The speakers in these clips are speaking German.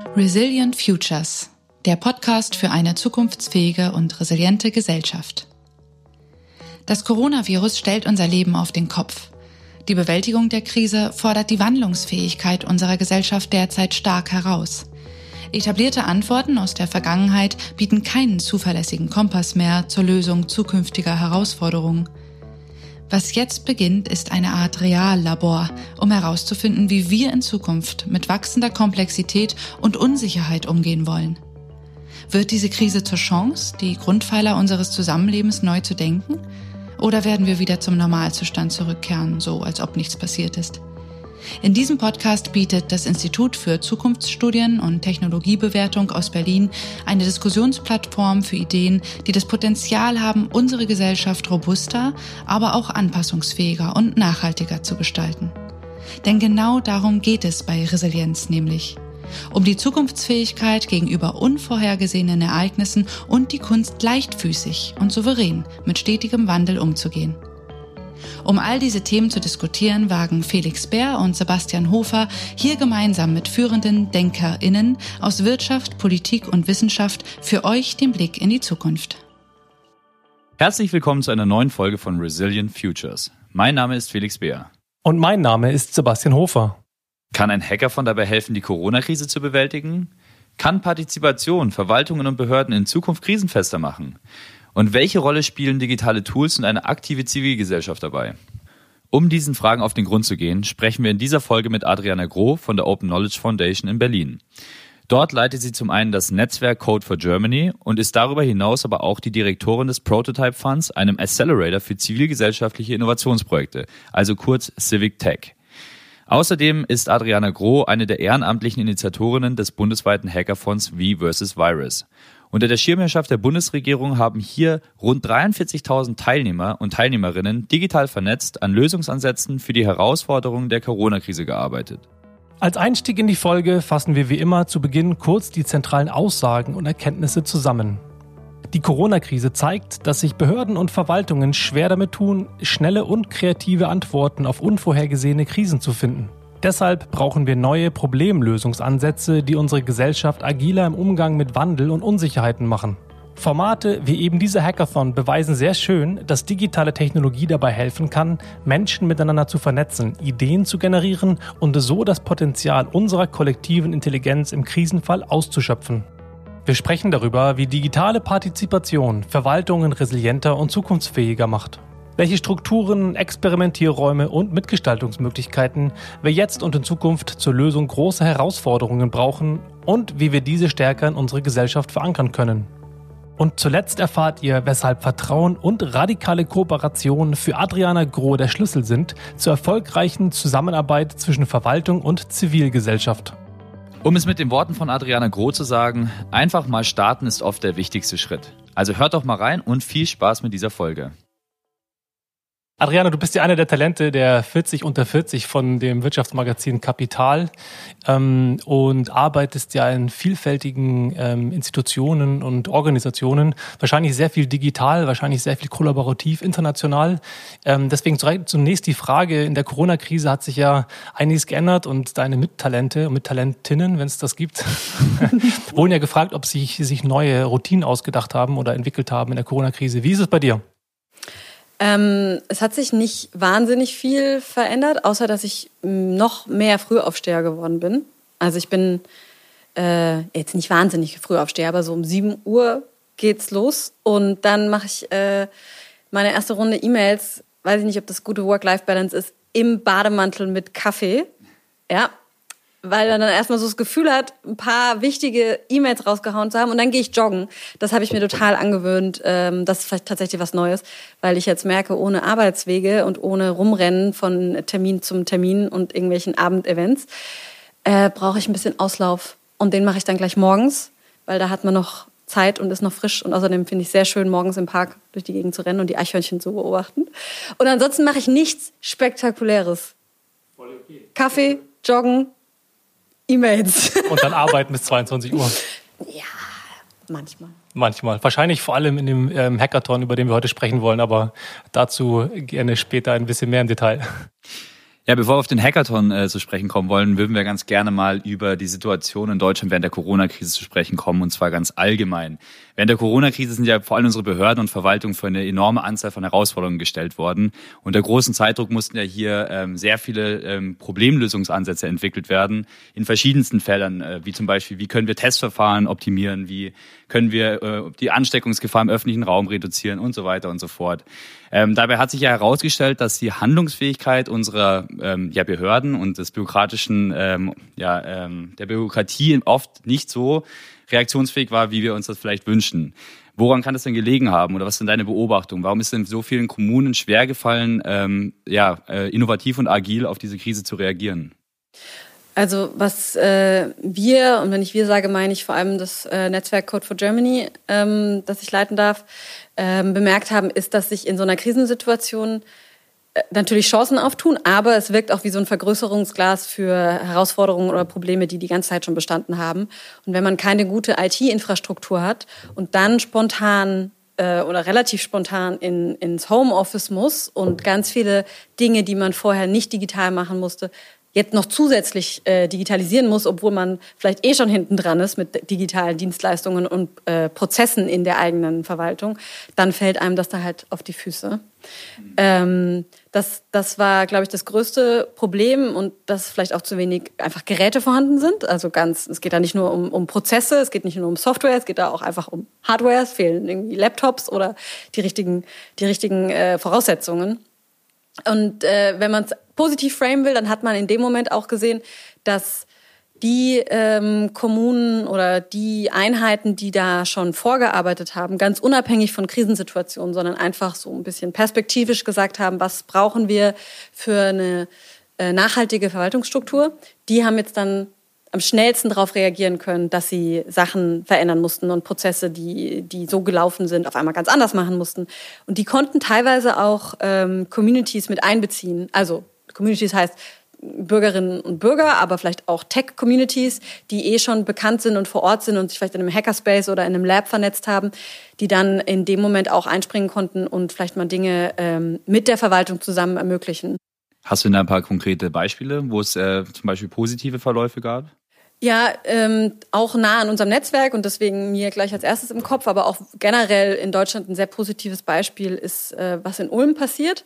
Resilient Futures, der Podcast für eine zukunftsfähige und resiliente Gesellschaft. Das Coronavirus stellt unser Leben auf den Kopf. Die Bewältigung der Krise fordert die Wandlungsfähigkeit unserer Gesellschaft derzeit stark heraus. Etablierte Antworten aus der Vergangenheit bieten keinen zuverlässigen Kompass mehr zur Lösung zukünftiger Herausforderungen. Was jetzt beginnt, ist eine Art Reallabor, um herauszufinden, wie wir in Zukunft mit wachsender Komplexität und Unsicherheit umgehen wollen. Wird diese Krise zur Chance, die Grundpfeiler unseres Zusammenlebens neu zu denken? Oder werden wir wieder zum Normalzustand zurückkehren, so als ob nichts passiert ist? In diesem Podcast bietet das Institut für Zukunftsstudien und Technologiebewertung aus Berlin eine Diskussionsplattform für Ideen, die das Potenzial haben, unsere Gesellschaft robuster, aber auch anpassungsfähiger und nachhaltiger zu gestalten. Denn genau darum geht es bei Resilienz nämlich. Um die Zukunftsfähigkeit gegenüber unvorhergesehenen Ereignissen und die Kunst, leichtfüßig und souverän mit stetigem Wandel umzugehen. Um all diese Themen zu diskutieren, wagen Felix Beer und Sebastian Hofer hier gemeinsam mit führenden DenkerInnen aus Wirtschaft, Politik und Wissenschaft für euch den Blick in die Zukunft. Herzlich willkommen zu einer neuen Folge von Resilient Futures. Mein Name ist Felix Beer. Und mein Name ist Sebastian Hofer. Kann ein Hackathon dabei helfen, die Corona-Krise zu bewältigen? Kann Partizipation Verwaltungen und Behörden in Zukunft krisenfester machen? Und welche Rolle spielen digitale Tools und eine aktive Zivilgesellschaft dabei? Um diesen Fragen auf den Grund zu gehen, sprechen wir in dieser Folge mit Adriana Groh von der Open Knowledge Foundation in Berlin. Dort leitet sie zum einen das Netzwerk Code for Germany und ist darüber hinaus aber auch die Direktorin des Prototype Funds, einem Accelerator für zivilgesellschaftliche Innovationsprojekte, also kurz Civic Tech. Außerdem ist Adriana Groh eine der ehrenamtlichen Initiatorinnen des bundesweiten Hackathons V vs. Virus. Unter der Schirmherrschaft der Bundesregierung haben hier rund 43.000 Teilnehmer und Teilnehmerinnen digital vernetzt an Lösungsansätzen für die Herausforderungen der Corona-Krise gearbeitet. Als Einstieg in die Folge fassen wir wie immer zu Beginn kurz die zentralen Aussagen und Erkenntnisse zusammen. Die Corona-Krise zeigt, dass sich Behörden und Verwaltungen schwer damit tun, schnelle und kreative Antworten auf unvorhergesehene Krisen zu finden. Deshalb brauchen wir neue Problemlösungsansätze, die unsere Gesellschaft agiler im Umgang mit Wandel und Unsicherheiten machen. Formate wie eben dieser Hackathon beweisen sehr schön, dass digitale Technologie dabei helfen kann, Menschen miteinander zu vernetzen, Ideen zu generieren und so das Potenzial unserer kollektiven Intelligenz im Krisenfall auszuschöpfen. Wir sprechen darüber, wie digitale Partizipation Verwaltungen resilienter und zukunftsfähiger macht. Welche Strukturen, Experimentierräume und Mitgestaltungsmöglichkeiten wir jetzt und in Zukunft zur Lösung großer Herausforderungen brauchen und wie wir diese stärker in unsere Gesellschaft verankern können. Und zuletzt erfahrt ihr, weshalb Vertrauen und radikale Kooperation für Adriana Groh der Schlüssel sind zur erfolgreichen Zusammenarbeit zwischen Verwaltung und Zivilgesellschaft. Um es mit den Worten von Adriana Groh zu sagen, einfach mal starten ist oft der wichtigste Schritt. Also hört doch mal rein und viel Spaß mit dieser Folge. Adriana, du bist ja eine der Talente der 40 unter 40 von dem Wirtschaftsmagazin Kapital und arbeitest ja in vielfältigen Institutionen und Organisationen, wahrscheinlich sehr viel digital, wahrscheinlich sehr viel kollaborativ, international. Deswegen zunächst die Frage, in der Corona-Krise hat sich ja einiges geändert und deine Mittalente und Mittalentinnen, wenn es das gibt, wurden ja gefragt, ob sie sich neue Routinen ausgedacht haben oder entwickelt haben in der Corona-Krise. Wie ist es bei dir? Es hat sich nicht wahnsinnig viel verändert, außer dass ich noch mehr Frühaufsteher geworden bin. Also ich bin jetzt nicht wahnsinnig Frühaufsteher, aber so um 7 Uhr geht's los und dann mache ich meine erste Runde E-Mails, weiß ich nicht, ob das gute Work-Life-Balance ist, im Bademantel mit Kaffee. Ja, weil man dann erstmal so das Gefühl hat, ein paar wichtige E-Mails rausgehauen zu haben und dann gehe ich joggen. Das habe ich mir total angewöhnt. Das ist vielleicht tatsächlich was Neues, weil ich jetzt merke, ohne Arbeitswege und ohne Rumrennen von Termin zum Termin und irgendwelchen Abendevents brauche ich ein bisschen Auslauf. Und den mache ich dann gleich morgens, weil da hat man noch Zeit und ist noch frisch. Und außerdem finde ich es sehr schön, morgens im Park durch die Gegend zu rennen und die Eichhörnchen zu beobachten. Und ansonsten mache ich nichts Spektakuläres. Voll okay. Kaffee, Joggen, E-Mails. Und dann arbeiten bis 22 Uhr. Ja, manchmal. Manchmal. Wahrscheinlich vor allem in dem Hackathon, über den wir heute sprechen wollen, aber dazu gerne später ein bisschen mehr im Detail. Ja, bevor wir auf den Hackathon zu sprechen kommen wollen, würden wir ganz gerne mal über die Situation in Deutschland während der Corona-Krise zu sprechen kommen, und zwar ganz allgemein. Während der Corona-Krise sind ja vor allem unsere Behörden und Verwaltungen vor eine enorme Anzahl von Herausforderungen gestellt worden. Unter großem Zeitdruck mussten ja hier sehr viele Problemlösungsansätze entwickelt werden in verschiedensten Feldern, wie zum Beispiel, wie können wir Testverfahren optimieren, wie können wir die Ansteckungsgefahr im öffentlichen Raum reduzieren und so weiter und so fort. Dabei hat sich ja herausgestellt, dass die Handlungsfähigkeit unserer Behörden und des bürokratischen, der Bürokratie oft nicht so reaktionsfähig war, wie wir uns das vielleicht wünschen. Woran kann das denn gelegen haben oder was sind deine Beobachtungen? Warum ist denn so vielen Kommunen schwergefallen, innovativ und agil auf diese Krise zu reagieren? Also was wir, und wenn ich wir sage, meine ich vor allem das Netzwerk Code for Germany, das ich leiten darf, bemerkt haben, ist, dass sich in so einer Krisensituation natürlich Chancen auftun, aber es wirkt auch wie so ein Vergrößerungsglas für Herausforderungen oder Probleme, die ganze Zeit schon bestanden haben. Und wenn man keine gute IT-Infrastruktur hat und dann spontan oder relativ spontan ins Homeoffice muss und ganz viele Dinge, die man vorher nicht digital machen musste, jetzt noch zusätzlich digitalisieren muss, obwohl man vielleicht schon hinten dran ist mit digitalen Dienstleistungen und Prozessen in der eigenen Verwaltung, dann fällt einem das da halt auf die Füße. Das war, glaube ich, das größte Problem und dass vielleicht auch zu wenig einfach Geräte vorhanden sind. Also es geht da nicht nur um Prozesse, es geht nicht nur um Software, es geht da auch einfach um Hardware, es fehlen irgendwie Laptops oder die richtigen Voraussetzungen. Und wenn man es positiv framen will, dann hat man in dem Moment auch gesehen, dass die Kommunen oder die Einheiten, die da schon vorgearbeitet haben, ganz unabhängig von Krisensituationen, sondern einfach so ein bisschen perspektivisch gesagt haben, was brauchen wir für eine nachhaltige Verwaltungsstruktur, die haben jetzt dann am schnellsten darauf reagieren können, dass sie Sachen verändern mussten und Prozesse, die so gelaufen sind, auf einmal ganz anders machen mussten. Und die konnten teilweise auch Communities mit einbeziehen. Also Communities heißt Bürgerinnen und Bürger, aber vielleicht auch Tech-Communities, die schon bekannt sind und vor Ort sind und sich vielleicht in einem Hackerspace oder in einem Lab vernetzt haben, die dann in dem Moment auch einspringen konnten und vielleicht mal Dinge mit der Verwaltung zusammen ermöglichen. Hast du denn ein paar konkrete Beispiele, wo es zum Beispiel positive Verläufe gab? Ja, auch nah an unserem Netzwerk und deswegen mir gleich als erstes im Kopf, aber auch generell in Deutschland ein sehr positives Beispiel ist, was in Ulm passiert.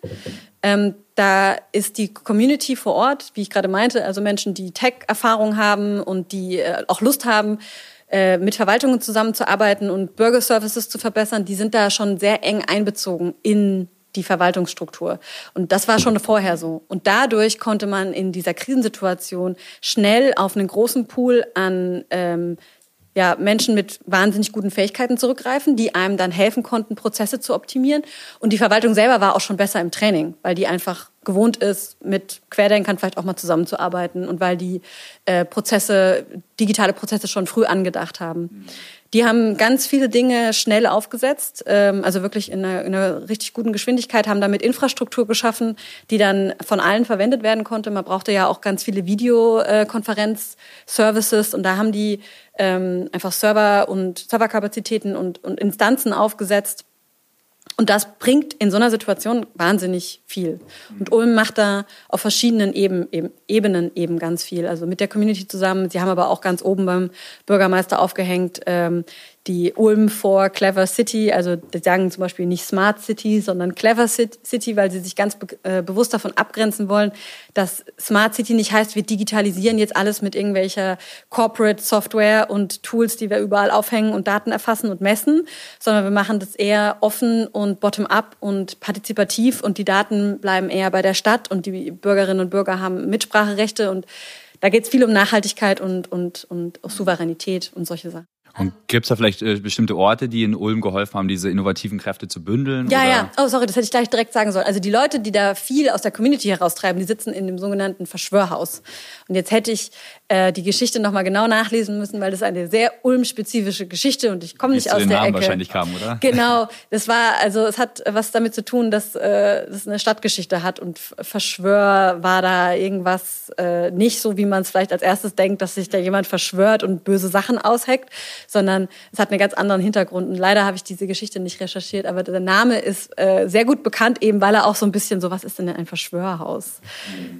Da ist die Community vor Ort, wie ich gerade meinte, also Menschen, die Tech-Erfahrung haben und die auch Lust haben, mit Verwaltungen zusammenzuarbeiten und Bürgerservices zu verbessern, die sind da schon sehr eng einbezogen in die Verwaltungsstruktur. Und das war schon vorher so. Und dadurch konnte man in dieser Krisensituation schnell auf einen großen Pool an Menschen mit wahnsinnig guten Fähigkeiten zurückgreifen, die einem dann helfen konnten, Prozesse zu optimieren. Und die Verwaltung selber war auch schon besser im Training, weil die einfach gewohnt ist, mit Querdenkern vielleicht auch mal zusammenzuarbeiten und weil die digitale Prozesse schon früh angedacht haben. Die haben ganz viele Dinge schnell aufgesetzt, also wirklich in einer richtig guten Geschwindigkeit, haben damit Infrastruktur geschaffen, die dann von allen verwendet werden konnte. Man brauchte ja auch ganz viele Videokonferenz-Services und da haben die einfach Server und Serverkapazitäten und Instanzen aufgesetzt. Und das bringt in so einer Situation wahnsinnig viel. Und Ulm macht da auf verschiedenen Ebenen eben ganz viel. Also mit der Community zusammen. Sie haben aber auch ganz oben beim Bürgermeister aufgehängt, die Ulm for Clever City. Also die sagen zum Beispiel nicht Smart City, sondern Clever City, weil sie sich ganz bewusst davon abgrenzen wollen, dass Smart City nicht heißt, wir digitalisieren jetzt alles mit irgendwelcher Corporate Software und Tools, die wir überall aufhängen und Daten erfassen und messen, sondern wir machen das eher offen und bottom-up und partizipativ und die Daten bleiben eher bei der Stadt und die Bürgerinnen und Bürger haben Mitspracherechte und da geht es viel um Nachhaltigkeit und Souveränität und solche Sachen. Und gibt es da vielleicht bestimmte Orte, die in Ulm geholfen haben, diese innovativen Kräfte zu bündeln? Ja. Oh, sorry, das hätte ich gleich direkt sagen sollen. Also die Leute, die da viel aus der Community heraustreiben, die sitzen in dem sogenannten Verschwörhaus. Und jetzt hätte ich die Geschichte nochmal genau nachlesen müssen, weil das ist eine sehr Ulm-spezifische Geschichte und ich komme nicht aus der Ecke. Die zu den Namen wahrscheinlich kam, oder? Genau. Es hat was damit zu tun, dass das eine Stadtgeschichte hat und Verschwör war da irgendwas nicht so, wie man es vielleicht als erstes denkt, dass sich da jemand verschwört und böse Sachen ausheckt, sondern es hat einen ganz anderen Hintergrund. Und leider habe ich diese Geschichte nicht recherchiert, aber der Name ist sehr gut bekannt, eben weil er auch so ein bisschen so, was ist denn ein Verschwörhaus?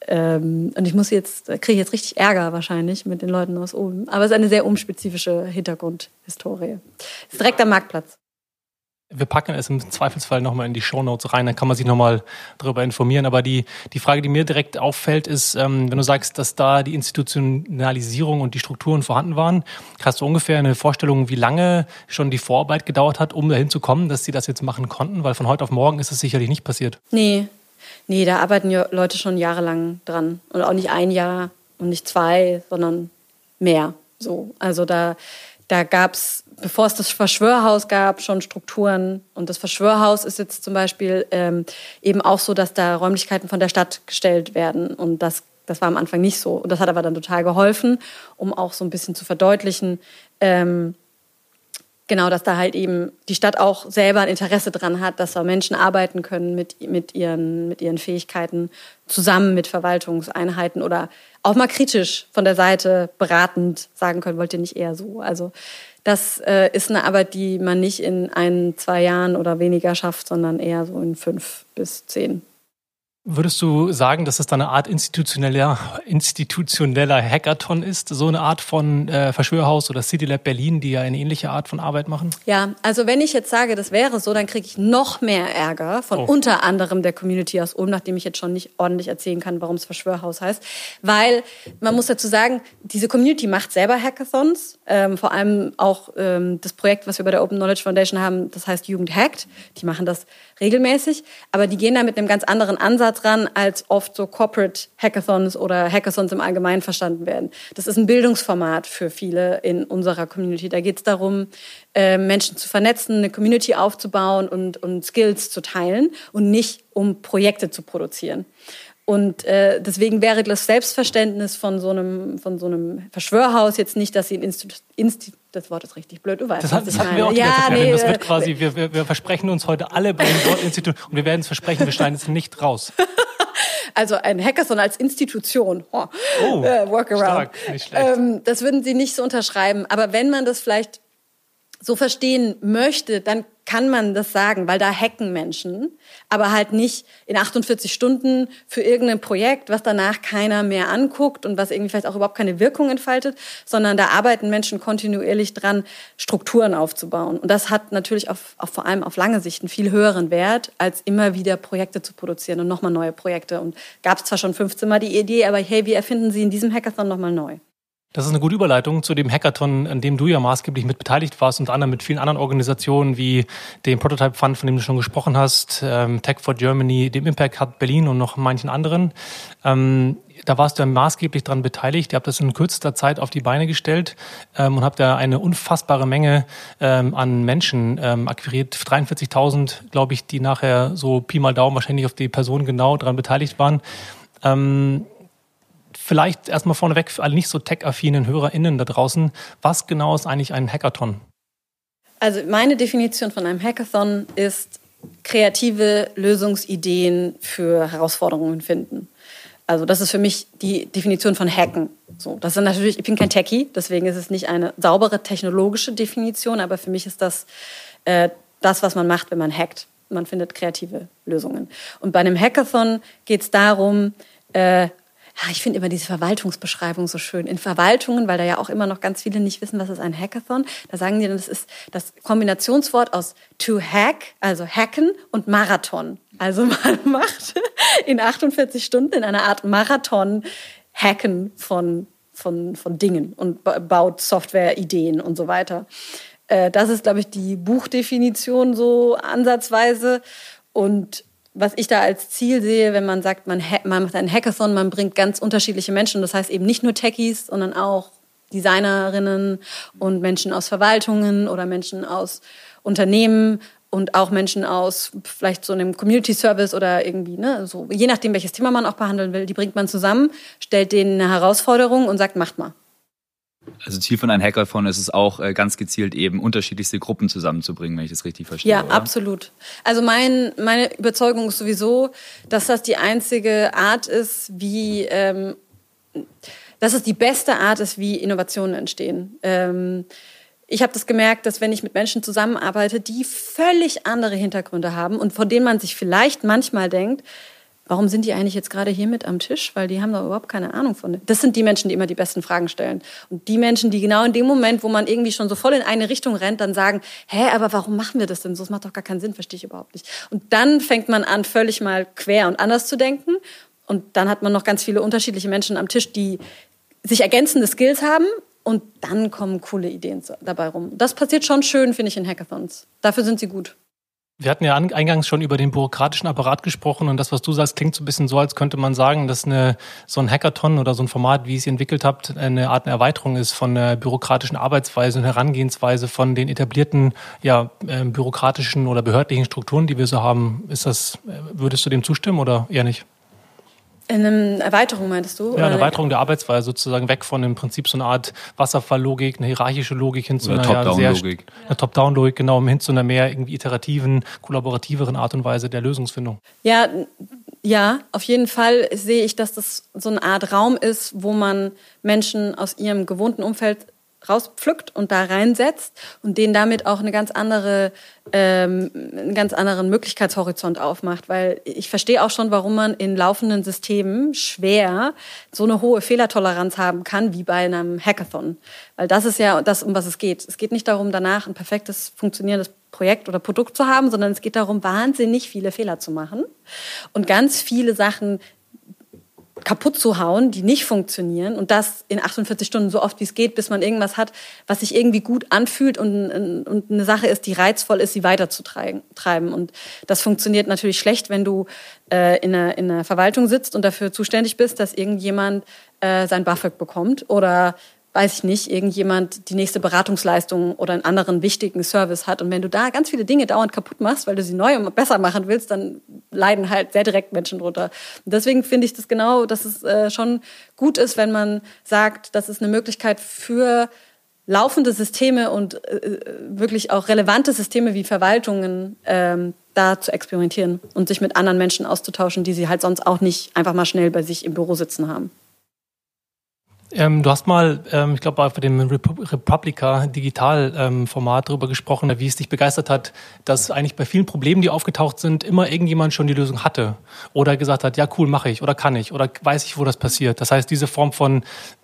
Und kriege jetzt richtig Ärger wahrscheinlich mit den Leuten aus Ulm. Aber es ist eine sehr umspezifische Hintergrundhistorie. Es ist direkt am Marktplatz. Wir packen es im Zweifelsfall nochmal in die Shownotes rein, dann kann man sich nochmal darüber informieren. Aber die Frage, die mir direkt auffällt, ist, wenn du sagst, dass da die Institutionalisierung und die Strukturen vorhanden waren, hast du ungefähr eine Vorstellung, wie lange schon die Vorarbeit gedauert hat, um dahin zu kommen, dass sie das jetzt machen konnten? Weil von heute auf morgen ist es sicherlich nicht passiert. Nee, da arbeiten ja Leute schon jahrelang dran. Und auch nicht 1 Jahr und nicht 2, sondern mehr. So. Also da gab es, bevor es das Verschwörhaus gab, schon Strukturen. Und das Verschwörhaus ist jetzt zum Beispiel eben auch so, dass da Räumlichkeiten von der Stadt gestellt werden. Und das war am Anfang nicht so. Und das hat aber dann total geholfen, um auch so ein bisschen zu verdeutlichen, genau, dass da halt eben die Stadt auch selber ein Interesse dran hat, dass da Menschen arbeiten können mit ihren Fähigkeiten zusammen mit Verwaltungseinheiten oder auch mal kritisch von der Seite beratend sagen können, wollt ihr nicht eher so? Also das ist eine Arbeit, die man nicht in 1, 2 Jahren oder weniger schafft, sondern eher so in 5 bis 10. Würdest du sagen, dass es da eine Art institutioneller Hackathon ist? So eine Art von Verschwörhaus oder City Lab Berlin, die ja eine ähnliche Art von Arbeit machen? Ja, also wenn ich jetzt sage, das wäre so, dann kriege ich noch mehr Ärger von unter anderem der Community aus Ulm, nachdem ich jetzt schon nicht ordentlich erzählen kann, warum es Verschwörhaus heißt. Weil man muss dazu sagen, diese Community macht selber Hackathons. Vor allem auch das Projekt, was wir bei der Open Knowledge Foundation haben, das heißt Jugend hackt. Die machen das regelmäßig, aber die gehen da mit einem ganz anderen Ansatz ran, als oft so Corporate Hackathons oder Hackathons im Allgemeinen verstanden werden. Das ist ein Bildungsformat für viele in unserer Community. Da geht es darum, Menschen zu vernetzen, eine Community aufzubauen und Skills zu teilen und nicht um Projekte zu produzieren. Und deswegen wäre das Selbstverständnis von so einem Verschwörhaus jetzt nicht, dass sie das Wort ist richtig blöd, du weißt, das hatten wir auch die ganze Zeit. Das wird quasi, wir versprechen uns heute alle bei dem Wort Institut und wir werden es versprechen, wir schneiden es nicht raus. Also ein Hackathon als Institution. Workaround. Stark, nicht schlecht. Das würden sie nicht so unterschreiben. Aber wenn man das vielleicht so verstehen möchte, dann kann man das sagen, weil da hacken Menschen, aber halt nicht in 48 Stunden für irgendein Projekt, was danach keiner mehr anguckt und was irgendwie vielleicht auch überhaupt keine Wirkung entfaltet, sondern da arbeiten Menschen kontinuierlich dran, Strukturen aufzubauen. Und das hat natürlich auch vor allem auf lange Sicht einen viel höheren Wert, als immer wieder Projekte zu produzieren und nochmal neue Projekte. Und gab es zwar schon 15 Mal die Idee, aber hey, wir erfinden sie in diesem Hackathon nochmal neu. Das ist eine gute Überleitung zu dem Hackathon, an dem du ja maßgeblich mit beteiligt warst, unter anderem mit vielen anderen Organisationen wie dem Prototype Fund, von dem du schon gesprochen hast, Tech for Germany, dem Impact Hub Berlin und noch manchen anderen. Da warst du ja maßgeblich daran beteiligt. Ihr habt das in kürzester Zeit auf die Beine gestellt und habt da eine unfassbare Menge an Menschen akquiriert. 43.000, glaube ich, die nachher so Pi mal Daumen wahrscheinlich auf die Person genau daran beteiligt waren. Vielleicht erstmal vorneweg für alle nicht so tech-affinen HörerInnen da draußen, was genau ist eigentlich ein Hackathon? Also meine Definition von einem Hackathon ist kreative Lösungsideen für Herausforderungen finden. Also das ist für mich die Definition von Hacken. So, das ist natürlich, ich bin kein Techie, deswegen ist es nicht eine saubere technologische Definition, aber für mich ist das was man macht, wenn man hackt. Man findet kreative Lösungen. Und bei einem Hackathon geht es darum, ich finde immer diese Verwaltungsbeschreibung so schön. In Verwaltungen, weil da ja auch immer noch ganz viele nicht wissen, was ist ein Hackathon, da sagen die, das ist das Kombinationswort aus to hack, also hacken, und Marathon. Also man macht in 48 Stunden in einer Art Marathon Hacken von Dingen und baut Softwareideen und so weiter. Das ist, glaube ich, die Buchdefinition so ansatzweise. Und was ich da als Ziel sehe, wenn man sagt, man macht einen Hackathon, man bringt ganz unterschiedliche Menschen, das heißt eben nicht nur Techies, sondern auch Designerinnen und Menschen aus Verwaltungen oder Menschen aus Unternehmen und auch Menschen aus vielleicht so einem Community Service oder irgendwie, so, je nachdem, welches Thema man auch behandeln will, die bringt man zusammen, stellt denen eine Herausforderung und sagt, macht mal. Also Ziel von einem Hackathon ist es auch, ganz gezielt eben unterschiedlichste Gruppen zusammenzubringen, wenn ich das richtig verstehe. Ja, oder? Absolut. Also meine Überzeugung ist sowieso, dass das die einzige Art ist, dass es die beste Art ist, wie Innovationen entstehen. Ich habe das gemerkt, dass wenn ich mit Menschen zusammenarbeite, die völlig andere Hintergründe haben und von denen man sich vielleicht manchmal denkt, warum sind die eigentlich jetzt gerade hier mit am Tisch? Weil die haben da überhaupt keine Ahnung von. Das sind die Menschen, die immer die besten Fragen stellen. Und die Menschen, die genau in dem Moment, wo man irgendwie schon so voll in eine Richtung rennt, dann sagen, aber warum machen wir das denn so? Das macht doch gar keinen Sinn, verstehe ich überhaupt nicht. Und dann fängt man an, völlig mal quer und anders zu denken. Und dann hat man noch ganz viele unterschiedliche Menschen am Tisch, die sich ergänzende Skills haben. Und dann kommen coole Ideen dabei rum. Das passiert schon schön, finde ich, in Hackathons. Dafür sind sie gut. Wir hatten ja eingangs schon über den bürokratischen Apparat gesprochen und das, was du sagst, klingt so ein bisschen so, als könnte man sagen, dass so ein Hackathon oder so ein Format, wie ihr es entwickelt habt, eine Art Erweiterung ist von der bürokratischen Arbeitsweise und Herangehensweise von den etablierten bürokratischen oder behördlichen Strukturen, die wir so haben. Würdest du dem zustimmen oder eher nicht? Eine Erweiterung meintest du? Ja, eine Erweiterung der Arbeitsweise, sozusagen weg von dem Prinzip so eine Art Wasserfalllogik, eine hierarchische Logik hin zu einer Top-Down-Logik. Eine Top-Down-Logik, genau, hin zu einer mehr irgendwie iterativen, kollaborativeren Art und Weise der Lösungsfindung. Ja, auf jeden Fall sehe ich, dass das so eine Art Raum ist, wo man Menschen aus ihrem gewohnten Umfeld rauspflückt und da reinsetzt und denen damit auch einen ganz anderen Möglichkeitshorizont aufmacht. Weil ich verstehe auch schon, warum man in laufenden Systemen schwer so eine hohe Fehlertoleranz haben kann, wie bei einem Hackathon. Weil das ist ja das, um was es geht. Es geht nicht darum, danach ein perfektes, funktionierendes Projekt oder Produkt zu haben, sondern es geht darum, wahnsinnig viele Fehler zu machen und ganz viele Sachen kaputt zu hauen, die nicht funktionieren und das in 48 Stunden so oft wie es geht, bis man irgendwas hat, was sich irgendwie gut anfühlt und eine Sache ist, die reizvoll ist, sie weiterzutreiben. Und das funktioniert natürlich schlecht, wenn du in einer Verwaltung sitzt und dafür zuständig bist, dass irgendjemand sein BAföG bekommt oder weiß ich nicht, irgendjemand die nächste Beratungsleistung oder einen anderen wichtigen Service hat. Und wenn du da ganz viele Dinge dauernd kaputt machst, weil du sie neu und besser machen willst, dann leiden halt sehr direkt Menschen drunter. Und deswegen finde ich das genau, dass es schon gut ist, wenn man sagt, das ist eine Möglichkeit für laufende Systeme und wirklich auch relevante Systeme wie Verwaltungen da zu experimentieren und sich mit anderen Menschen auszutauschen, die sie halt sonst auch nicht einfach mal schnell bei sich im Büro sitzen haben. Du hast mal, ich glaube, bei dem Republica Digital-Format darüber gesprochen, wie es dich begeistert hat, dass eigentlich bei vielen Problemen, die aufgetaucht sind, immer irgendjemand schon die Lösung hatte oder gesagt hat, ja cool, mache ich oder kann ich oder weiß ich, wo das passiert. Das heißt, diese Form von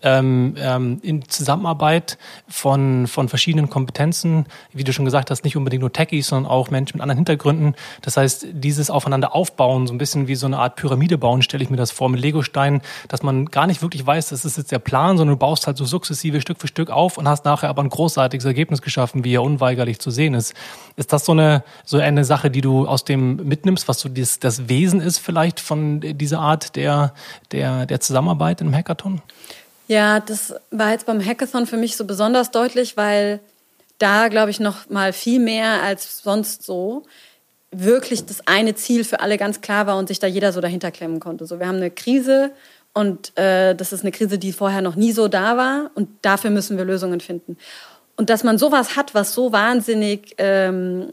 in Zusammenarbeit von verschiedenen Kompetenzen, wie du schon gesagt hast, nicht unbedingt nur Techies, sondern auch Menschen mit anderen Hintergründen. Das heißt, dieses Aufeinander aufbauen, so ein bisschen wie so eine Art Pyramide bauen, stelle ich mir das vor mit Legosteinen, dass man gar nicht wirklich weiß, das ist jetzt der Plan, sondern du baust halt so sukzessive Stück für Stück auf und hast nachher aber ein großartiges Ergebnis geschaffen, wie er unweigerlich zu sehen ist. Ist das so eine Sache, die du aus dem mitnimmst, was so das Wesen ist vielleicht von dieser Art der Zusammenarbeit im Hackathon? Ja, das war jetzt beim Hackathon für mich so besonders deutlich, weil da, glaube ich, noch mal viel mehr als sonst so wirklich das eine Ziel für alle ganz klar war und sich da jeder so dahinter klemmen konnte. So, wir haben eine Krise und das ist eine Krise, die vorher noch nie so da war und dafür müssen wir Lösungen finden. Und dass man sowas hat, was so wahnsinnig, fällt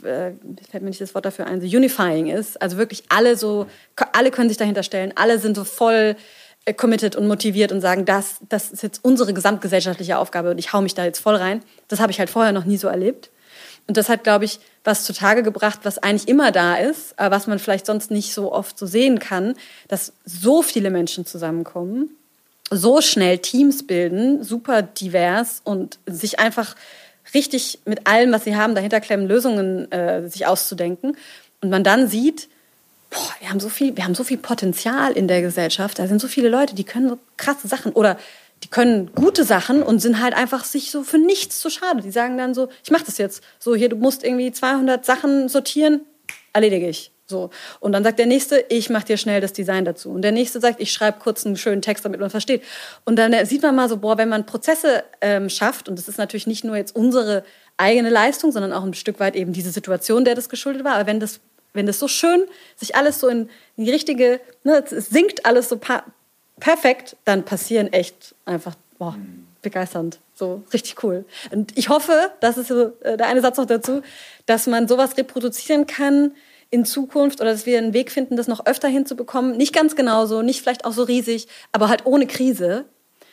mir nicht das Wort dafür ein, so unifying ist, also wirklich alle können sich dahinter stellen, alle sind so voll committed und motiviert und sagen, das ist jetzt unsere gesamtgesellschaftliche Aufgabe und ich hau mich da jetzt voll rein. Das habe ich halt vorher noch nie so erlebt. Und das hat, glaube ich, was zutage gebracht, was eigentlich immer da ist, aber was man vielleicht sonst nicht so oft so sehen kann, dass so viele Menschen zusammenkommen, so schnell Teams bilden, super divers und sich einfach richtig mit allem, was sie haben, dahinter klemmen, Lösungen sich auszudenken. Und man dann sieht, wir haben so viel Potenzial in der Gesellschaft, da sind so viele Leute, die können so krasse Sachen oder die können gute Sachen und sind halt einfach sich so für nichts zu schade. Die sagen dann so, ich mache das jetzt. So, hier, du musst irgendwie 200 Sachen sortieren, erledige ich. So. Und dann sagt der Nächste, ich mache dir schnell das Design dazu. Und der Nächste sagt, ich schreibe kurz einen schönen Text, damit man versteht. Und dann sieht man mal so, wenn man Prozesse schafft, und das ist natürlich nicht nur jetzt unsere eigene Leistung, sondern auch ein Stück weit eben diese Situation, der das geschuldet war. Aber wenn das so schön sich alles so in die richtige, es sinkt alles so perfekt, dann passieren echt einfach, begeisternd, so richtig cool. Und ich hoffe, das ist so der eine Satz noch dazu, dass man sowas reproduzieren kann in Zukunft oder dass wir einen Weg finden, das noch öfter hinzubekommen. Nicht ganz genauso, nicht vielleicht auch so riesig, aber halt ohne Krise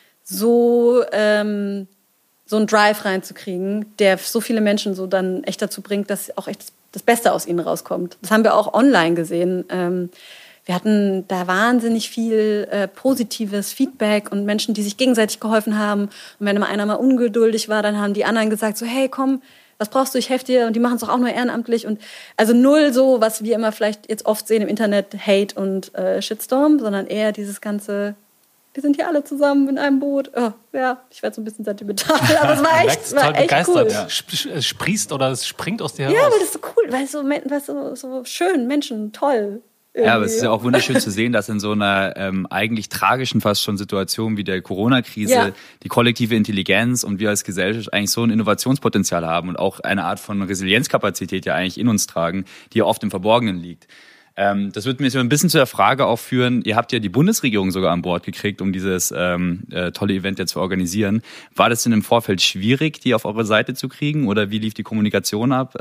so einen Drive reinzukriegen, der so viele Menschen so dann echt dazu bringt, dass auch echt das Beste aus ihnen rauskommt. Das haben wir auch online gesehen. wir hatten da wahnsinnig viel positives Feedback und Menschen, die sich gegenseitig geholfen haben. Und wenn einer mal ungeduldig war, dann haben die anderen gesagt so, hey, komm, was brauchst du, ich helfe dir. Und die machen es doch auch nur ehrenamtlich. Und also null so, was wir immer vielleicht jetzt oft sehen im Internet, Hate und Shitstorm, sondern eher dieses ganze, wir sind hier alle zusammen in einem Boot. Oh, ja, ich werde so ein bisschen sentimental, aber es war echt cool. Ja. Es sprießt oder es springt aus dir heraus. Ja, weil das so cool, weil es so schön, Menschen, toll. Irgendwie. Ja, aber es ist ja auch wunderschön zu sehen, dass in so einer eigentlich tragischen fast schon Situation wie der Corona-Krise die kollektive Intelligenz und wir als Gesellschaft eigentlich so ein Innovationspotenzial haben und auch eine Art von Resilienzkapazität ja eigentlich in uns tragen, die ja oft im Verborgenen liegt. Das wird mir so ein bisschen zu der Frage auch führen, ihr habt ja die Bundesregierung sogar an Bord gekriegt, um dieses tolle Event jetzt zu organisieren. War das denn im Vorfeld schwierig, die auf eure Seite zu kriegen oder wie lief die Kommunikation ab?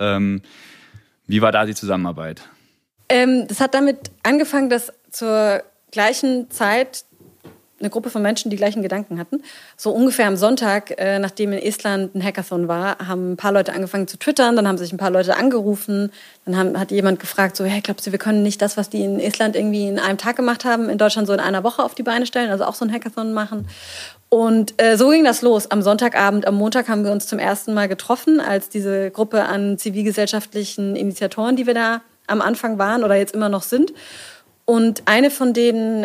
Wie war da die Zusammenarbeit? Das hat damit angefangen, dass zur gleichen Zeit eine Gruppe von Menschen die gleichen Gedanken hatten. So ungefähr am Sonntag, nachdem in Estland ein Hackathon war, haben ein paar Leute angefangen zu twittern, dann haben sich ein paar Leute angerufen, dann hat jemand gefragt, so, hey, glaubst du, wir können nicht das, was die in Estland irgendwie in einem Tag gemacht haben, in Deutschland so in einer Woche auf die Beine stellen, also auch so ein Hackathon machen? Und so ging das los. Am Sonntagabend, am Montag haben wir uns zum ersten Mal getroffen, als diese Gruppe an zivilgesellschaftlichen Initiatoren, die wir da am Anfang waren oder jetzt immer noch sind. Und eine von den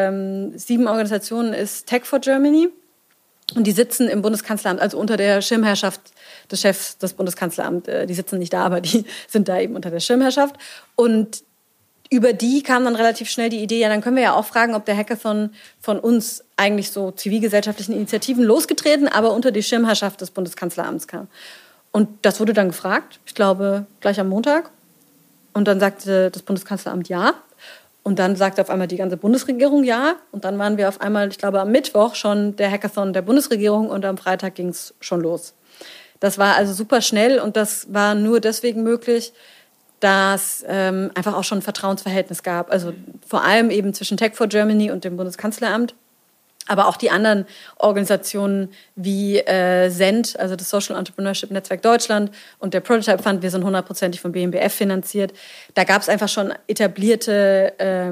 7 Organisationen ist Tech for Germany. Und die sitzen im Bundeskanzleramt, also unter der Schirmherrschaft des Chefs des Bundeskanzleramts. Die sitzen nicht da, aber die sind da eben unter der Schirmherrschaft. Und über die kam dann relativ schnell die Idee, ja, dann können wir ja auch fragen, ob der Hackathon von uns eigentlich so zivilgesellschaftlichen Initiativen losgetreten, aber unter die Schirmherrschaft des Bundeskanzleramts kam. Und das wurde dann gefragt, ich glaube, gleich am Montag. Und dann sagte das Bundeskanzleramt ja. Und dann sagte auf einmal die ganze Bundesregierung ja. Und dann waren wir auf einmal, ich glaube, am Mittwoch schon der Hackathon der Bundesregierung und am Freitag ging es schon los. Das war also super schnell und das war nur deswegen möglich, dass einfach auch schon ein Vertrauensverhältnis gab. Also vor allem eben zwischen Tech for Germany und dem Bundeskanzleramt. Aber auch die anderen Organisationen wie SEND, also das Social Entrepreneurship Netzwerk Deutschland und der Prototype Fund, wir sind 100%ig vom BMBF finanziert. Da gab es einfach schon etablierte